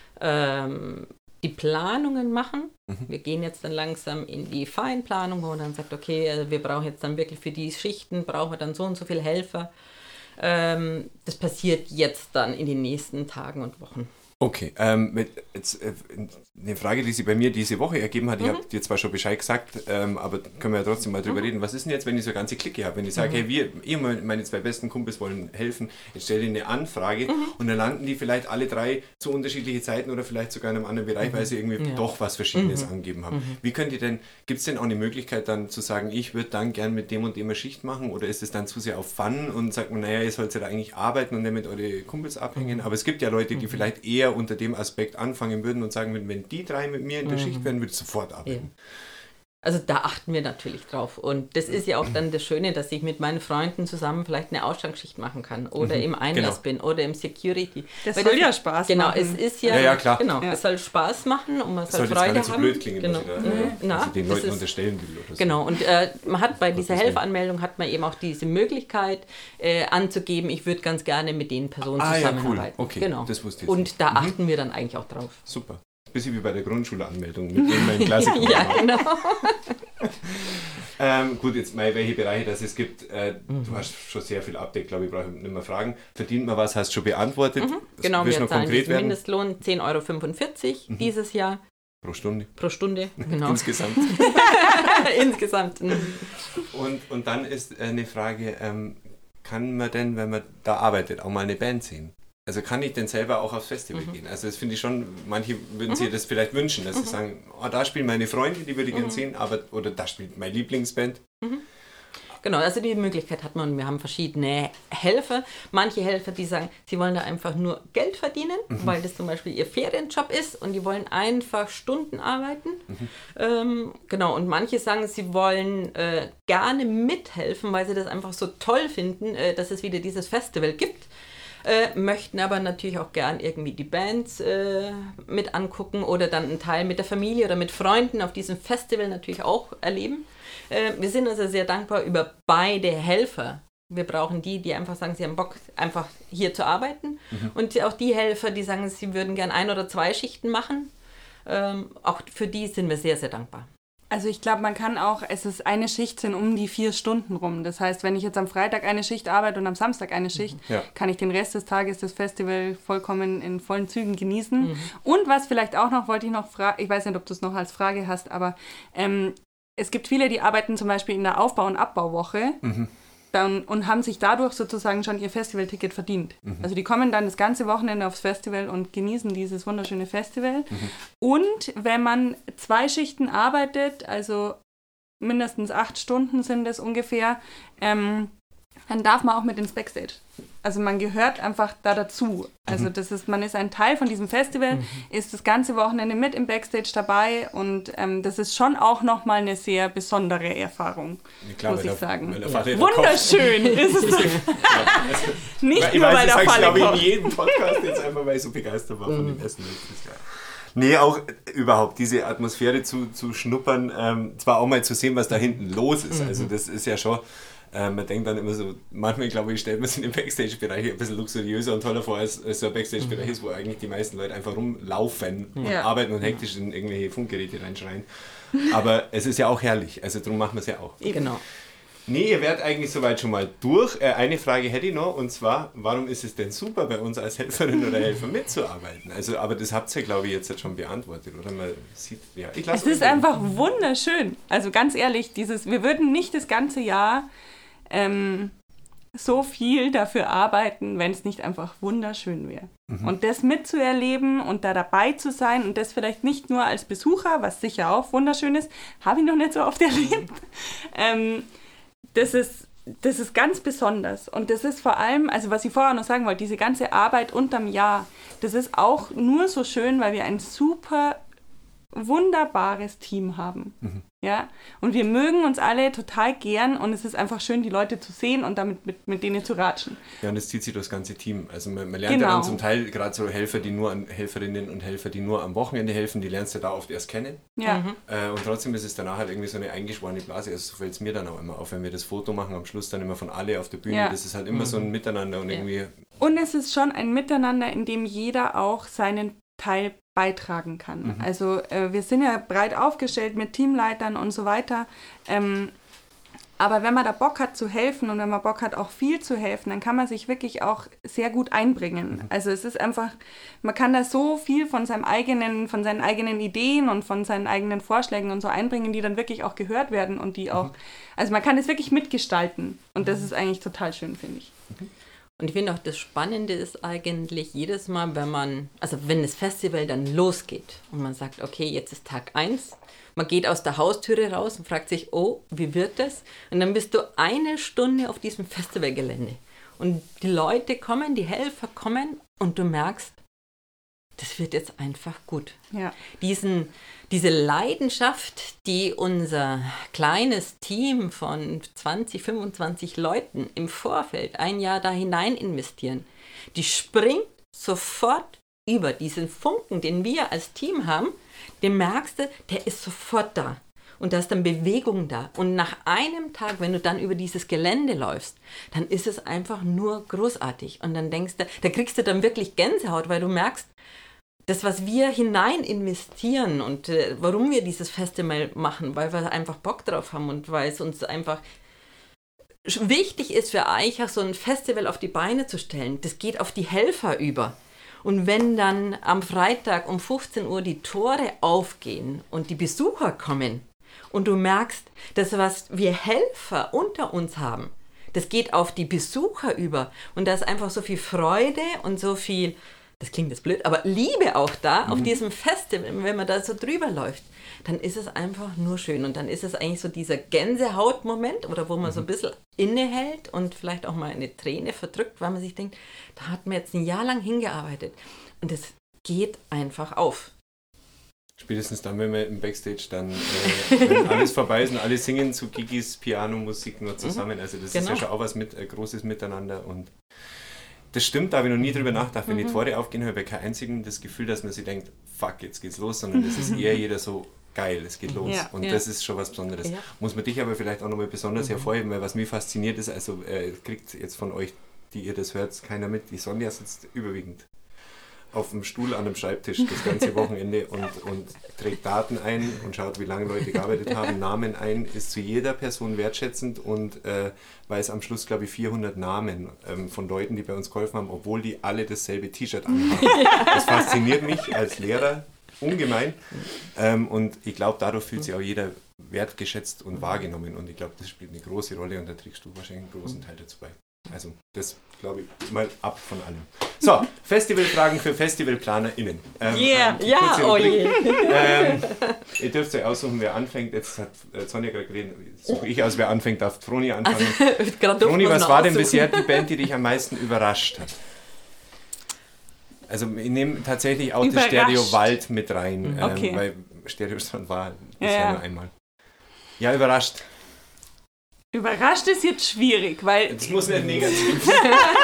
ähm, die Planungen machen. Wir gehen jetzt dann langsam in die Feinplanung, wo man dann sagt, okay, also wir brauchen jetzt dann wirklich für die Schichten, brauchen wir dann so und so viele Helfer. Ähm, das passiert jetzt dann in den nächsten Tagen und Wochen. Okay, ähm, mit, jetzt, äh, eine Frage, die sich bei mir diese Woche ergeben hat, ich Mhm. habe dir zwar schon Bescheid gesagt, ähm, aber können wir ja trotzdem mal drüber Mhm. reden. Was ist denn jetzt, wenn ich so eine ganze Clique habe? Wenn ich sage, Mhm. hey, wir, ich und meine zwei besten Kumpels wollen helfen, jetzt stelle ich eine Anfrage Mhm. und dann landen die vielleicht alle drei zu unterschiedlichen Zeiten oder vielleicht sogar in einem anderen Bereich, Mhm. weil sie irgendwie Ja. doch was Verschiedenes Mhm. angegeben haben. Mhm. Wie könnt ihr denn, gibt es denn auch eine Möglichkeit dann zu sagen, ich würde dann gern mit dem und dem eine Schicht machen oder ist es dann zu sehr auf Fun und sagt man, naja, ihr sollt ja da eigentlich arbeiten und nicht mit eure Kumpels abhängen, aber es gibt ja Leute, die Mhm. vielleicht eher unter dem Aspekt anfangen würden und sagen, wenn, wenn die drei mit mir in der Mhm. Schicht wären, würde ich sofort arbeiten. Also da achten wir natürlich drauf. Und das ist ja auch dann das Schöne, dass ich mit meinen Freunden zusammen vielleicht eine Ausstandsschicht machen kann oder Mhm, im Einlass genau. bin oder im Security. Das Weil soll ja Spaß Genau, machen. es ist ja, Ja, ja, klar. Genau, Ja. es soll Spaß machen und man Das soll soll jetzt gar Freude nicht so haben. blöd klingen, Genau. was ich da, Mhm. äh, Na, was ich den das Leuten ist- unterstellen will. Oder so. Genau, und äh, man hat bei dieser Gottes Willen. Helferanmeldung hat man eben auch diese Möglichkeit äh, anzugeben, ich würde ganz gerne mit den Personen Ah, ja, cool. zusammenarbeiten. Okay, genau. das wusste ich jetzt Und nicht. da Mhm. achten wir dann eigentlich auch drauf. Super. Bisschen wie bei der Grundschulanmeldung, mit dem mein Klassiker. Ja, genau. Ähm, gut, jetzt mal welche Bereiche das es gibt. Äh, Mhm. Du hast schon sehr viel Update, glaube ich, brauche ich nicht mehr fragen. Verdient man was, hast du schon beantwortet. Mhm. Das Genau, willst wir du noch zahlen konkret diesen werden? Mindestlohn zehn Euro fünfundvierzig Mhm. dieses Jahr Pro Stunde. pro Stunde. Genau. Insgesamt. Insgesamt. mhm. Und, und dann ist eine Frage, ähm, kann man denn, wenn man da arbeitet, auch mal eine Band sehen? Also kann ich denn selber auch aufs Festival Mhm. gehen? Also das finde ich schon, manche würden sich das vielleicht wünschen, dass sie sagen, oh, da spielen meine Freunde, die würde ich gerne Mhm. sehen, aber oder da spielt meine Lieblingsband. Genau, also die Möglichkeit hat man. Wir haben verschiedene Helfer. Manche Helfer, die sagen, sie wollen da einfach nur Geld verdienen, weil das zum Beispiel ihr Ferienjob ist und die wollen einfach Stunden arbeiten. Ähm, genau, und manche sagen, sie wollen äh, gerne mithelfen, weil sie das einfach so toll finden, äh, dass es wieder dieses Festival gibt. Äh, möchten aber natürlich auch gern irgendwie die Bands äh, mit angucken oder dann einen Teil mit der Familie oder mit Freunden auf diesem Festival natürlich auch erleben. Äh, wir sind also sehr dankbar über beide Helfer. Wir brauchen die, die einfach sagen, sie haben Bock, einfach hier zu arbeiten. Mhm. Und auch die Helfer, die sagen, sie würden gern ein oder zwei Schichten machen. Ähm, auch für die sind wir sehr, sehr dankbar. Also ich glaube, man kann auch, es ist eine Schicht sind um die vier Stunden rum. Das heißt, wenn ich jetzt am Freitag eine Schicht arbeite und am Samstag eine Schicht, Ja. kann ich den Rest des Tages das Festival vollkommen in vollen Zügen genießen. Mhm. Und was vielleicht auch noch, wollte ich noch fragen, ich weiß nicht, ob du es noch als Frage hast, aber ähm, es gibt viele, die arbeiten zum Beispiel in der Aufbau- und Abbauwoche Mhm. dann, und haben sich dadurch sozusagen schon ihr Festivalticket verdient. Mhm. Also die kommen dann das ganze Wochenende aufs Festival und genießen dieses wunderschöne Festival. Mhm. Und wenn man zwei Schichten arbeitet, also mindestens acht Stunden sind es ungefähr, ähm, dann darf man auch mit ins Backstage. Also man gehört einfach da dazu. Also das ist, man ist ein Teil von diesem Festival, Mhm. ist das ganze Wochenende mit im Backstage dabei und ähm, das ist schon auch nochmal eine sehr besondere Erfahrung, Ja, klar, muss weil ich der- sagen. weil der Vater ja kocht. Wunderschön ist es. Nicht Ich nur, weiß, weil ich der sag's, Falle glaube ich, in kocht. jedem Podcast jetzt einfach, weil ich so begeistert war Mhm. von dem Essen letztes Jahr. Nee, auch überhaupt diese Atmosphäre zu, zu schnuppern, ähm, zwar auch mal zu sehen, was da hinten los ist. Mhm. Also das ist ja schon, äh, man denkt dann immer so, manchmal glaube ich, stellt man sich den Backstage-Bereich ein bisschen luxuriöser und toller vor, als, als so ein Backstage-Bereich ist, wo eigentlich die meisten Leute einfach rumlaufen und Ja. arbeiten und hektisch in irgendwelche Funkgeräte reinschreien. Aber es ist ja auch herrlich, also darum machen wir es ja auch. Genau. Nee, ihr werdet eigentlich soweit schon mal durch. Äh, eine Frage hätte ich noch, und zwar, warum ist es denn super, bei uns als Helferin oder Helfer mitzuarbeiten? Also, aber das habt ihr, glaube ich, jetzt schon beantwortet, oder? Man sieht, ja, ich lass Es ist euch- einfach wunderschön. Also ganz ehrlich, dieses, wir würden nicht das ganze Jahr ähm, so viel dafür arbeiten, wenn es nicht einfach wunderschön wäre. Mhm. Und das mitzuerleben und da dabei zu sein und das vielleicht nicht nur als Besucher, was sicher auch wunderschön ist, habe ich noch nicht so oft erlebt. ähm, das ist, das ist ganz besonders. Und das ist vor allem, also was ich vorher noch sagen wollte, diese ganze Arbeit unterm Jahr, das ist auch nur so schön, weil wir ein super wunderbares Team haben. Mhm. Ja? Und wir mögen uns alle total gern und es ist einfach schön, die Leute zu sehen und damit mit, mit denen zu ratschen. Ja, und das zieht sich durch das ganze Team. Also man, man lernt Genau. ja dann zum Teil gerade so Helfer, die nur an Helferinnen und Helfer, die nur am Wochenende helfen, die lernst du da oft erst kennen. Ja. Mhm. Äh, und trotzdem ist es danach halt irgendwie so eine eingeschworene Blase. Also so fällt es mir dann auch immer auf, wenn wir das Foto machen, am Schluss dann immer von alle auf der Bühne. Ja. Das ist halt immer so ein Miteinander und Ja. irgendwie. Und es ist schon ein Miteinander, in dem jeder auch seinen Teil beitragen kann. Mhm. Also äh, wir sind ja breit aufgestellt mit Teamleitern und so weiter. Ähm, Aber wenn man da Bock hat zu helfen und wenn man Bock hat auch viel zu helfen, dann kann man sich wirklich auch sehr gut einbringen. Mhm. Also es ist einfach, man kann da so viel von seinem eigenen, von seinen eigenen Ideen und von seinen eigenen Vorschlägen und so einbringen, die dann wirklich auch gehört werden und die auch, mhm. also man kann es wirklich mitgestalten und das ist eigentlich total schön, finde ich. Mhm. Und ich finde auch, das Spannende ist eigentlich jedes Mal, wenn man, also wenn das Festival dann losgeht und man sagt, okay, jetzt ist Tag eins, man geht aus der Haustüre raus und fragt sich, oh, wie wird das? Und dann bist du eine Stunde auf diesem Festivalgelände und die Leute kommen, die Helfer kommen und du merkst, das wird jetzt einfach gut. Ja. Diesen, diese Leidenschaft, die unser kleines Team von zwanzig, fünfundzwanzig Leuten im Vorfeld ein Jahr da hinein investieren, die springt sofort über diesen Funken, den wir als Team haben, den merkst du, der ist sofort da. Und da ist dann Bewegung da. Und nach einem Tag, wenn du dann über dieses Gelände läufst, dann ist es einfach nur großartig. Und dann denkst du, da kriegst du dann wirklich Gänsehaut, weil du merkst, das, was wir hinein investieren und äh, warum wir dieses Festival machen, weil wir einfach Bock drauf haben und weil es uns einfach wichtig ist für Aichach, so ein Festival auf die Beine zu stellen. Das geht auf die Helfer über. Und wenn dann am Freitag um fünfzehn Uhr die Tore aufgehen und die Besucher kommen und du merkst, das, was wir Helfer unter uns haben, das geht auf die Besucher über. Und da ist einfach so viel Freude und so viel, das klingt jetzt blöd, aber Liebe auch da, mhm. auf diesem Festival, wenn man da so drüber läuft, dann ist es einfach nur schön. Und dann ist es eigentlich so dieser Gänsehautmoment, oder wo man mhm. so ein bisschen innehält und vielleicht auch mal eine Träne verdrückt, weil man sich denkt, da hat man jetzt ein Jahr lang hingearbeitet. Und es geht einfach auf. Spätestens dann, wenn wir im Backstage dann, äh, wenn alles vorbei ist und alle singen zu Gigis Piano-Musik nur zusammen. Also das genau. ist ja schon auch was mit, äh, großes Miteinander. Und das stimmt, da habe ich noch nie drüber nachgedacht. Wenn mhm. die Tore aufgehen, habe ich bei keinem einzigen das Gefühl, dass man sich denkt, fuck, jetzt geht's los, sondern es ist eher jeder so, geil, es geht los. Ja, und ja. das ist schon was Besonderes. Ja. Muss man dich aber vielleicht auch nochmal besonders mhm. hervorheben, weil was mich fasziniert ist, also äh, kriegt jetzt von euch, die ihr das hört, keiner mit. Die Sonja sitzt überwiegend auf dem Stuhl an einem Schreibtisch das ganze Wochenende und, und trägt Daten ein und schaut, wie lange Leute gearbeitet haben, Namen ein, ist zu jeder Person wertschätzend und äh, weiß am Schluss, glaube ich, vierhundert Namen ähm, von Leuten, die bei uns geholfen haben, obwohl die alle dasselbe T-Shirt anhaben. Das fasziniert mich als Lehrer ungemein ähm, und ich glaube, dadurch fühlt sich auch jeder wertgeschätzt und wahrgenommen und ich glaube, das spielt eine große Rolle und da trägst du wahrscheinlich einen großen Teil dazu bei. Also das glaube ich mal ab von allem. So, Festivalfragen für FestivalplanerInnen. Ähm, yeah, ja, oh je. Ähm, ihr dürft euch aussuchen, wer anfängt. Jetzt hat Sonja gerade geredet, suche ich aus, wer anfängt, darf Froni anfangen. Also, Froni, was war denn bisher die Band, die dich am meisten überrascht hat? Also ich nehme tatsächlich auch überrascht. Das Stereo Wald mit rein, okay. ähm, weil Stereo Strand war bisher ja, ja. nur einmal. Ja, überrascht. Überrascht ist jetzt schwierig, weil... Das muss nicht negativ sein.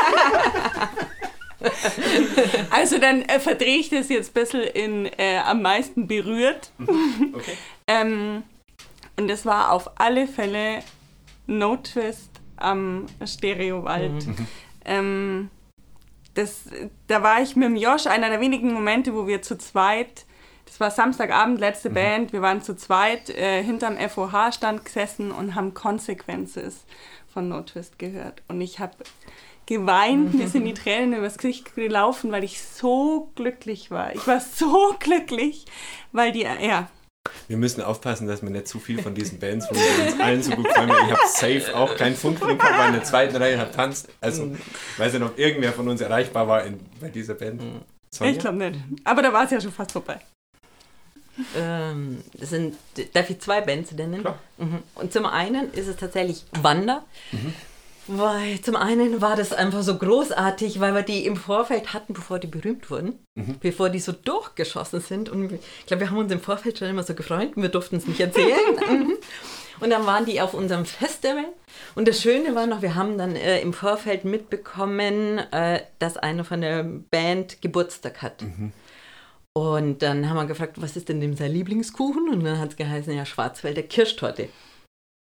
Also dann äh, verdrehe ich das jetzt ein bisschen in äh, am meisten berührt. Okay. ähm, und das war auf alle Fälle No Twist am Stereowald. Mhm. Ähm, das, da war ich mit dem Josh, einer der wenigen Momente, wo wir zu zweit... Es war Samstagabend, letzte mhm. Band, wir waren zu zweit äh, hinterm F O H-Stand gesessen und haben Consequences von No Twist gehört. Und ich habe geweint, mir sind die Tränen übers Gesicht gelaufen, weil ich so glücklich war. Ich war so glücklich, weil die, ja. Wir müssen aufpassen, dass wir nicht zu viel von diesen Bands, wo wir uns allen so gut gefallen. Ich habe safe auch keinen Funken gehabt, war in der zweiten Reihe und habe tanzt. Also, ich weiß nicht, ob irgendwer von uns erreichbar war in, bei dieser Band. Sonja? Ich glaube nicht. Aber da war es ja schon fast vorbei. Ähm, das sind, darf ich zwei Bands nennen? Klar. Mhm. Und zum einen ist es tatsächlich Wander, mhm. weil zum einen war das einfach so großartig, weil wir die im Vorfeld hatten, bevor die berühmt wurden, mhm. bevor die so durchgeschossen sind und ich glaube, wir haben uns im Vorfeld schon immer so gefreut und wir durften es nicht erzählen. mhm. Und dann waren die auf unserem Festival und das Schöne war noch, wir haben dann äh, im Vorfeld mitbekommen, äh, dass einer von der Band Geburtstag hat. Mhm. Und dann haben wir gefragt, was ist denn dem sein Lieblingskuchen? Und dann hat es geheißen, ja, Schwarzwälder Kirschtorte.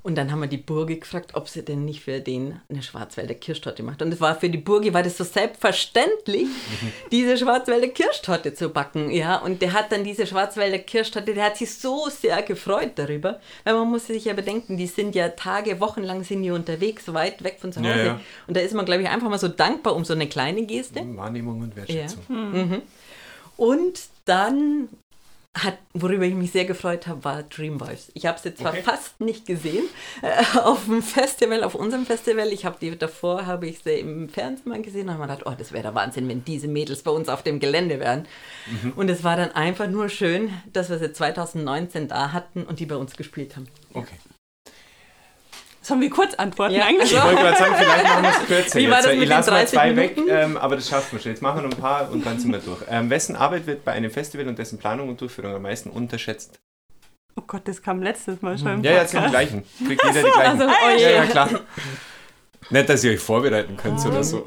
Und dann haben wir die Burgi gefragt, ob sie denn nicht für den eine Schwarzwälder Kirschtorte macht. Und es war für die Burgi, war das so selbstverständlich, diese Schwarzwälder Kirschtorte zu backen. Ja, und der hat dann diese Schwarzwälder Kirschtorte, der hat sich so sehr gefreut darüber. Weil man muss sich ja bedenken, die sind ja Tage, wochenlang sind die unterwegs, weit weg von zu Hause. Ja, ja. Und da ist man, glaube ich, einfach mal so dankbar um so eine kleine Geste. Wahrnehmung und Wertschätzung. Ja. Mhm. Und dann... Hat, worüber ich mich sehr gefreut habe, war Dreamwives. Ich habe sie zwar okay. fast nicht gesehen äh, auf dem Festival, auf unserem Festival. Ich habe die davor, habe ich sie im Fernsehen mal gesehen und habe mir gedacht, oh, das wäre der Wahnsinn, wenn diese Mädels bei uns auf dem Gelände wären. Mhm. Und es war dann einfach nur schön, dass wir sie zwanzig neunzehn da hatten und die bei uns gespielt haben. Okay. Sollen wir kurz antworten ja, eigentlich? Ich wollte gerade sagen, vielleicht machen wir es kürzer. Wie war das mit ich lasse mal zwei Minuten? weg, ähm, aber das schaffen wir schon. Jetzt machen wir noch ein paar und dann sind wir durch. Ähm, wessen Arbeit wird bei einem Festival und dessen Planung und Durchführung am meisten unterschätzt? Oh Gott, das kam letztes Mal schon im Ja, ja, jetzt sind die gleichen. Kriegt jeder die gleichen. Also, oh, ja, ja, klar. Nicht, dass ihr euch vorbereiten könnt oder so.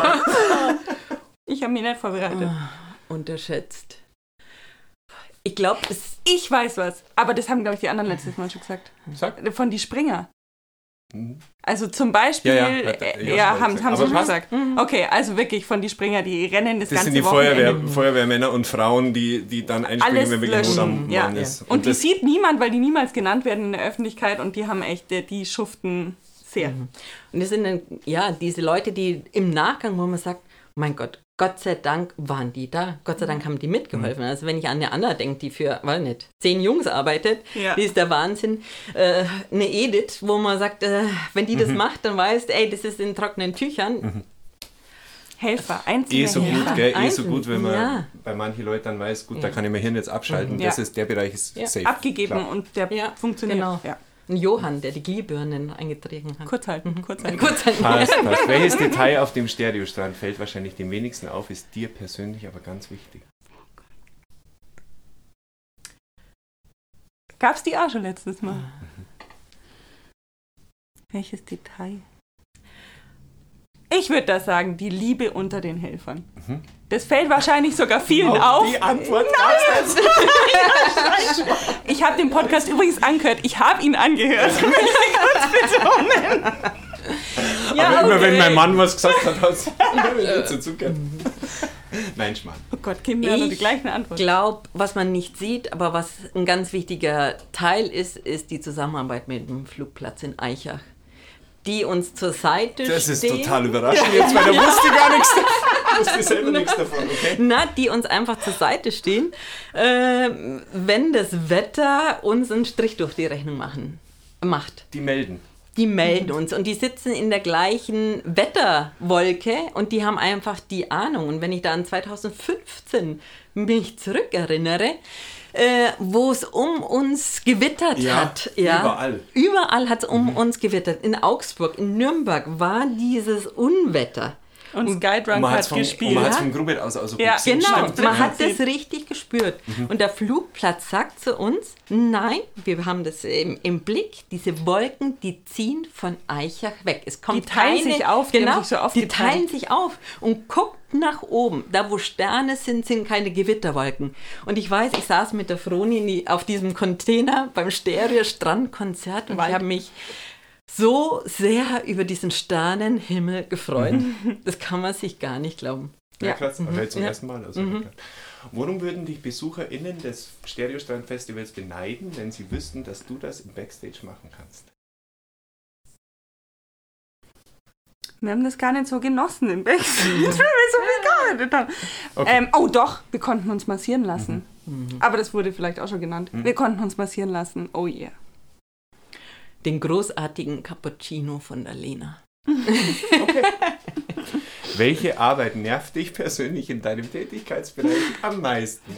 Ich habe mich nicht vorbereitet. Oh, unterschätzt. Ich glaube, es... Ich weiß was, aber das haben, glaube ich, die anderen letztes Mal schon gesagt. Sag. Von die Springer. Also zum Beispiel, ja, ja, ja, ja, ja haben, haben sie schon passt. gesagt. Okay, also wirklich von die Springer, die rennen das, das ganze sind die Wochenende. Feuerwehr, Feuerwehrmänner und Frauen, die, die dann einspringen, Alles wenn wirklich Not am löschen. Ja. Mann ist. Und, und die sieht niemand, weil die niemals genannt werden in der Öffentlichkeit und die haben echt, die schuften sehr. Mhm. Und das sind dann, ja, diese Leute, die im Nachgang, wo man sagt, mein Gott, Gott sei Dank waren die da. Gott sei Dank haben die mitgeholfen. Also wenn ich an eine andere denke, die für, weiß nicht, zehn Jungs arbeitet, ja. die ist der Wahnsinn. Äh, eine Edith, wo man sagt, äh, wenn die das mhm. macht, dann weißt, ey, das ist in trockenen Tüchern. Mhm. Helfer, einzelne eh so Helfer. gut, gell? Eh Einzeln. so gut, wenn man ja. bei manchen Leuten dann weiß, gut, ja. da kann ich mein Hirn jetzt abschalten. Mhm. Das ja. ist, der Bereich ist ja. safe. Abgegeben klar. und der ja. funktioniert. Genau. Ja. Ein Johann, der die Glühbirnen eingetragen hat. Kurz halten, mhm. kurz halten. Kurz halten. Passt, passt. Welches Detail auf dem Stereostrand fällt wahrscheinlich dem wenigsten auf, ist dir persönlich aber ganz wichtig? Gab's die auch schon letztes Mal? Mhm. Welches Detail? Ich würde das sagen, die Liebe unter den Helfern. Mhm. Das fällt wahrscheinlich sogar vielen auf. auf. Die Antwort gab's nicht. Ich habe den Podcast übrigens angehört. Ich habe ihn angehört. Ich will kurz betonen. Ja, aber okay. Immer wenn mein Mann was gesagt hat, hat es dazu zugehört. Nein, Schmarrn. Oh Gott, Kinder haben die gleichen Antworten. Ich glaube, was man nicht sieht, aber was ein ganz wichtiger Teil ist, ist die Zusammenarbeit mit dem Flugplatz in Eichach. Die uns zur Seite stehen. Das ist total überraschend jetzt, weil da wusste gar nichts davon. Wusste selber nichts davon, okay? Na, die uns einfach zur Seite stehen, äh, wenn das Wetter uns einen Strich durch die Rechnung machen, macht. Die melden. Die melden uns und die sitzen in der gleichen Wetterwolke und die haben einfach die Ahnung. Und wenn ich da an zwanzig fünfzehn mich zurückerinnere, Äh, wo es um uns gewittert ja, hat. Ja, überall. Überall hat es um mhm. uns gewittert. In Augsburg, in Nürnberg war dieses Unwetter. Und Skydrunk hat vom, gespielt. Und man hat es vom Grubett aus also ja, gesehen. genau, Stimmt. man ja. hat das richtig gespürt. Mhm. Und der Flugplatz sagt zu uns, nein, wir haben das im, im Blick, diese Wolken, die ziehen von Eichach weg. Es kommt die teilen keine, sich auf, die, genau, haben sich so die teilen sich auf und guckt nach oben. Da, wo Sterne sind, sind keine Gewitterwolken. Und ich weiß, ich saß mit der Froni auf diesem Container beim Stereo-Strandkonzert und Wald. ich habe mich so sehr über diesen Sternenhimmel gefreut. Mhm. Das kann man sich gar nicht glauben. Ja, krass. Mhm. Also zum ja. ersten Mal. Also mhm. Worum würden dich BesucherInnen des Stereostrand-Festivals beneiden, wenn sie wüssten, dass du das im Backstage machen kannst? Wir haben das gar nicht so genossen im Backstage, weil wir so viel gearbeitet haben. Okay. Ähm, oh doch, wir konnten uns massieren lassen. Mhm. Aber das wurde vielleicht auch schon genannt. Mhm. Wir konnten uns massieren lassen. Oh yeah. Den großartigen Cappuccino von der Lena. Okay. Welche Arbeit nervt dich persönlich in deinem Tätigkeitsbereich am meisten?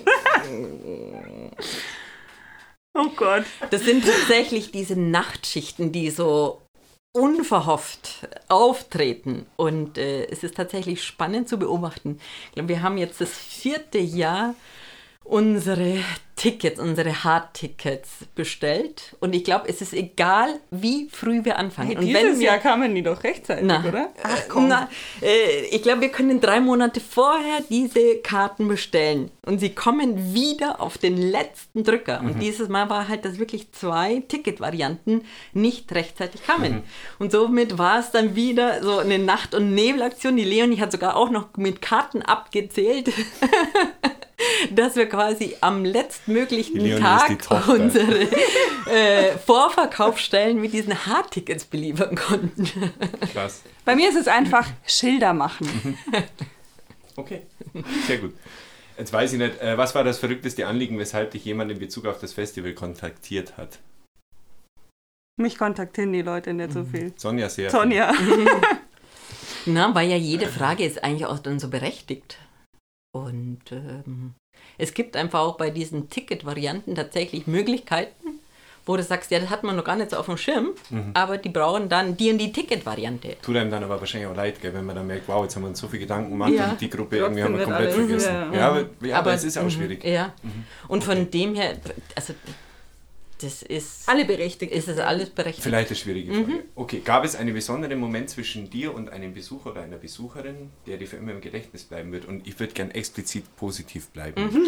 Oh Gott. Das sind tatsächlich diese Nachtschichten, die so unverhofft auftreten. Und äh, es ist tatsächlich spannend zu beobachten. Ich glaube, wir haben jetzt das vierte Jahr unsere Tickets, unsere Hardtickets bestellt. Und ich glaube, es ist egal, wie früh wir anfangen. Hey, und dieses wenn wir, Jahr kamen die doch rechtzeitig, na, oder? Ach komm. Na, äh, ich glaube, wir können drei Monate vorher diese Karten bestellen. Und sie kommen wieder auf den letzten Drücker. Mhm. Und dieses Mal war halt, dass wirklich zwei Ticketvarianten nicht rechtzeitig kamen. Mhm. Und somit war es dann wieder so eine Nacht- und Nebelaktion. Die Leonie hat sogar auch noch mit Karten abgezählt, dass wir quasi am letztmöglichen Tag unsere äh, Vorverkaufsstellen mit diesen Hardtickets beliefern konnten. Krass. Bei mir ist es einfach Schilder machen. Okay, sehr gut. Jetzt weiß ich nicht, äh, was war das verrückteste Anliegen, weshalb dich jemand in Bezug auf das Festival kontaktiert hat? Mich kontaktieren die Leute nicht so viel. Sonja sehr. Sonja. Na, weil ja jede Frage ist eigentlich auch dann so berechtigt. Und ähm, es gibt einfach auch bei diesen Ticket-Varianten tatsächlich Möglichkeiten, wo du sagst, ja, das hat man noch gar nicht so auf dem Schirm, mhm. aber die brauchen dann die und die Ticket-Variante. Tut einem dann aber wahrscheinlich auch leid, gell, wenn man dann merkt, wow, jetzt haben wir uns so viel Gedanken gemacht ja. und die Gruppe irgendwie haben wir komplett alles, vergessen. Ja, ja, aber, ja aber, aber es ist auch schwierig. Ja. Mhm. Und okay. von dem her, also das ist... Alle berechtigt. Ist es alles berechtigt. Vielleicht eine schwierige Frage. Mhm. Okay, gab es einen besonderen Moment zwischen dir und einem Besucher oder einer Besucherin, der dir für immer im Gedächtnis bleiben wird? Und ich würde gern explizit positiv bleiben. Mhm.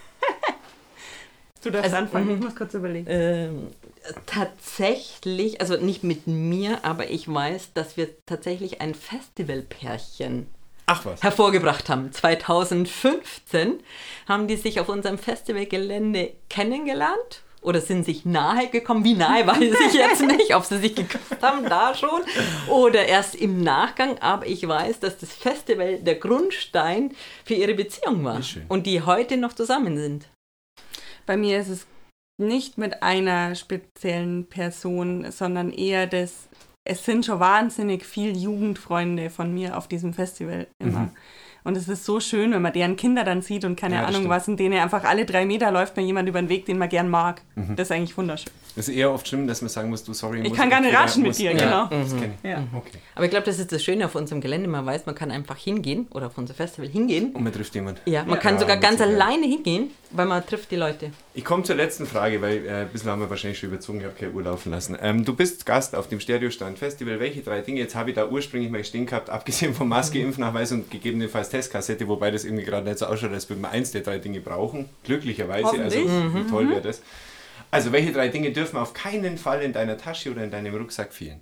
Du darfst also, anfangen, mhm. ich muss kurz überlegen. Ähm, tatsächlich, also nicht mit mir, aber ich weiß, dass wir tatsächlich ein Festivalpärchen Ach was. hervorgebracht haben. zweitausendfünfzehn haben die sich auf unserem Festivalgelände kennengelernt oder sind sich nahe gekommen. Wie nahe weiß ich jetzt nicht, ob sie sich geküsst haben, da schon oder erst im Nachgang. Aber ich weiß, dass das Festival der Grundstein für ihre Beziehung war und die heute noch zusammen sind. Bei mir ist es nicht mit einer speziellen Person, sondern eher das, es sind schon wahnsinnig viele Jugendfreunde von mir auf diesem Festival immer. Mhm. Und es ist so schön, wenn man deren Kinder dann sieht und keine ja, Ahnung stimmt. was, in denen einfach alle drei Meter läuft mir jemand über den Weg, den man gern mag. Mhm. Das ist eigentlich wunderschön. Das ist eher oft schlimm, dass man sagen muss, du, sorry. Ich kann gar nicht ratschen mit dir, ja. genau. Mhm. Das kenn ich. Ja. Okay. Aber ich glaube, das ist das Schöne auf unserem Gelände. Man weiß, man kann einfach hingehen oder auf unser Festival hingehen. Und man trifft jemanden. Ja, man ja. kann ja, sogar ganz alleine hingehen, weil man trifft die Leute. Ich komme zur letzten Frage, weil äh, ein bisschen haben wir wahrscheinlich schon überzogen, ich habe keine Uhr laufen lassen. Ähm, du bist Gast auf dem Stereostrand Festival. Welche drei Dinge, jetzt habe ich da ursprünglich mal stehen gehabt, abgesehen vom Maske, Impfnachweis und gegebenenfalls Testkassette, wobei das irgendwie gerade nicht so ausschaut, als würde man eins der drei Dinge brauchen. Glücklicherweise, also mhm. wie toll wäre das. Also welche drei Dinge dürfen auf keinen Fall in deiner Tasche oder in deinem Rucksack fehlen?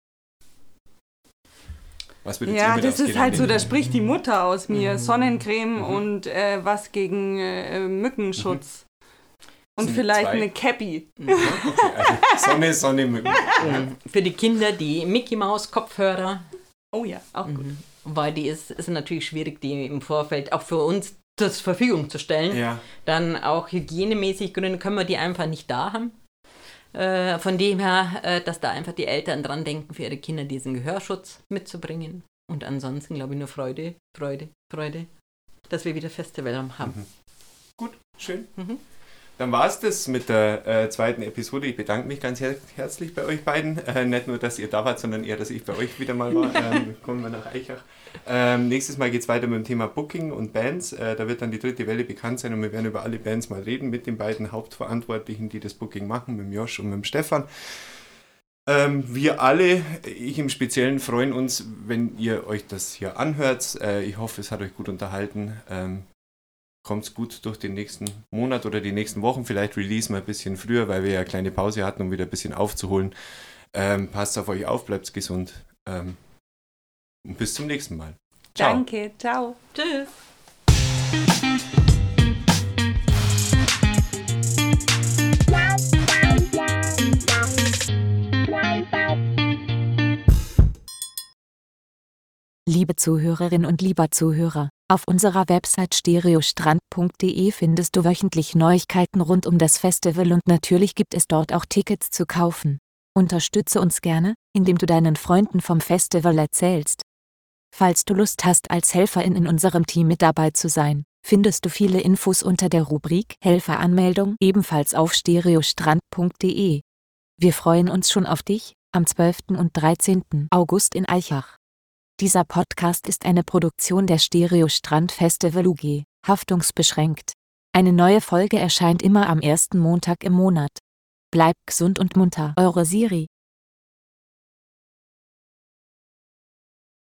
Was würdet ja, ihr mit das ist halt so, da spricht die Mutter aus mir. Mhm. Sonnencreme mhm. und äh, was gegen äh, Mückenschutz. Mhm. Und Sind vielleicht zwei? eine Cappy. Mhm. Okay, also Sonne, Sonne, Mücken. Mhm. Für die Kinder die Mickey Maus Kopfhörer. Oh ja, auch mhm. gut. Weil die ist, ist natürlich schwierig, die im Vorfeld auch für uns zur Verfügung zu stellen. Ja. Dann auch hygienemäßig Gründe können wir die einfach nicht da haben. Äh, von dem her, äh, dass da einfach die Eltern dran denken, für ihre Kinder diesen Gehörschutz mitzubringen. Und ansonsten glaube ich nur Freude, Freude, Freude, dass wir wieder Festival haben. Mhm. Gut, schön. Mhm. Dann war es das mit der äh, zweiten Episode. Ich bedanke mich ganz her- herzlich bei euch beiden. Äh, nicht nur, dass ihr da wart, sondern eher, dass ich bei euch wieder mal war. Ähm, kommen wir nach Eichach. Ähm, nächstes Mal geht es weiter mit dem Thema Booking und Bands. Äh, da wird dann die dritte Welle bekannt sein und wir werden über alle Bands mal reden mit den beiden Hauptverantwortlichen, die das Booking machen, mit dem Josh und mit dem Stefan. Ähm, wir alle, ich im Speziellen, freuen uns, wenn ihr euch das hier anhört. Äh, ich hoffe, es hat euch gut unterhalten. Ähm, Kommt gut durch den nächsten Monat oder die nächsten Wochen. Vielleicht release mal ein bisschen früher, weil wir ja eine kleine Pause hatten, um wieder ein bisschen aufzuholen. Ähm, passt auf euch auf, bleibt gesund. Ähm, und bis zum nächsten Mal. Ciao. Danke, ciao. Tschüss. Liebe Zuhörerin und lieber Zuhörer, auf unserer Website stereostrand punkt de findest du wöchentlich Neuigkeiten rund um das Festival und natürlich gibt es dort auch Tickets zu kaufen. Unterstütze uns gerne, indem du deinen Freunden vom Festival erzählst. Falls du Lust hast, als Helferin in unserem Team mit dabei zu sein, findest du viele Infos unter der Rubrik Helferanmeldung ebenfalls auf stereostrand punkt de. Wir freuen uns schon auf dich, am zwölften und dreizehnten August in Eichach. Dieser Podcast ist eine Produktion der Stereostrand Festival U G, haftungsbeschränkt. Eine neue Folge erscheint immer am ersten Montag im Monat. Bleibt gesund und munter, eure Siri.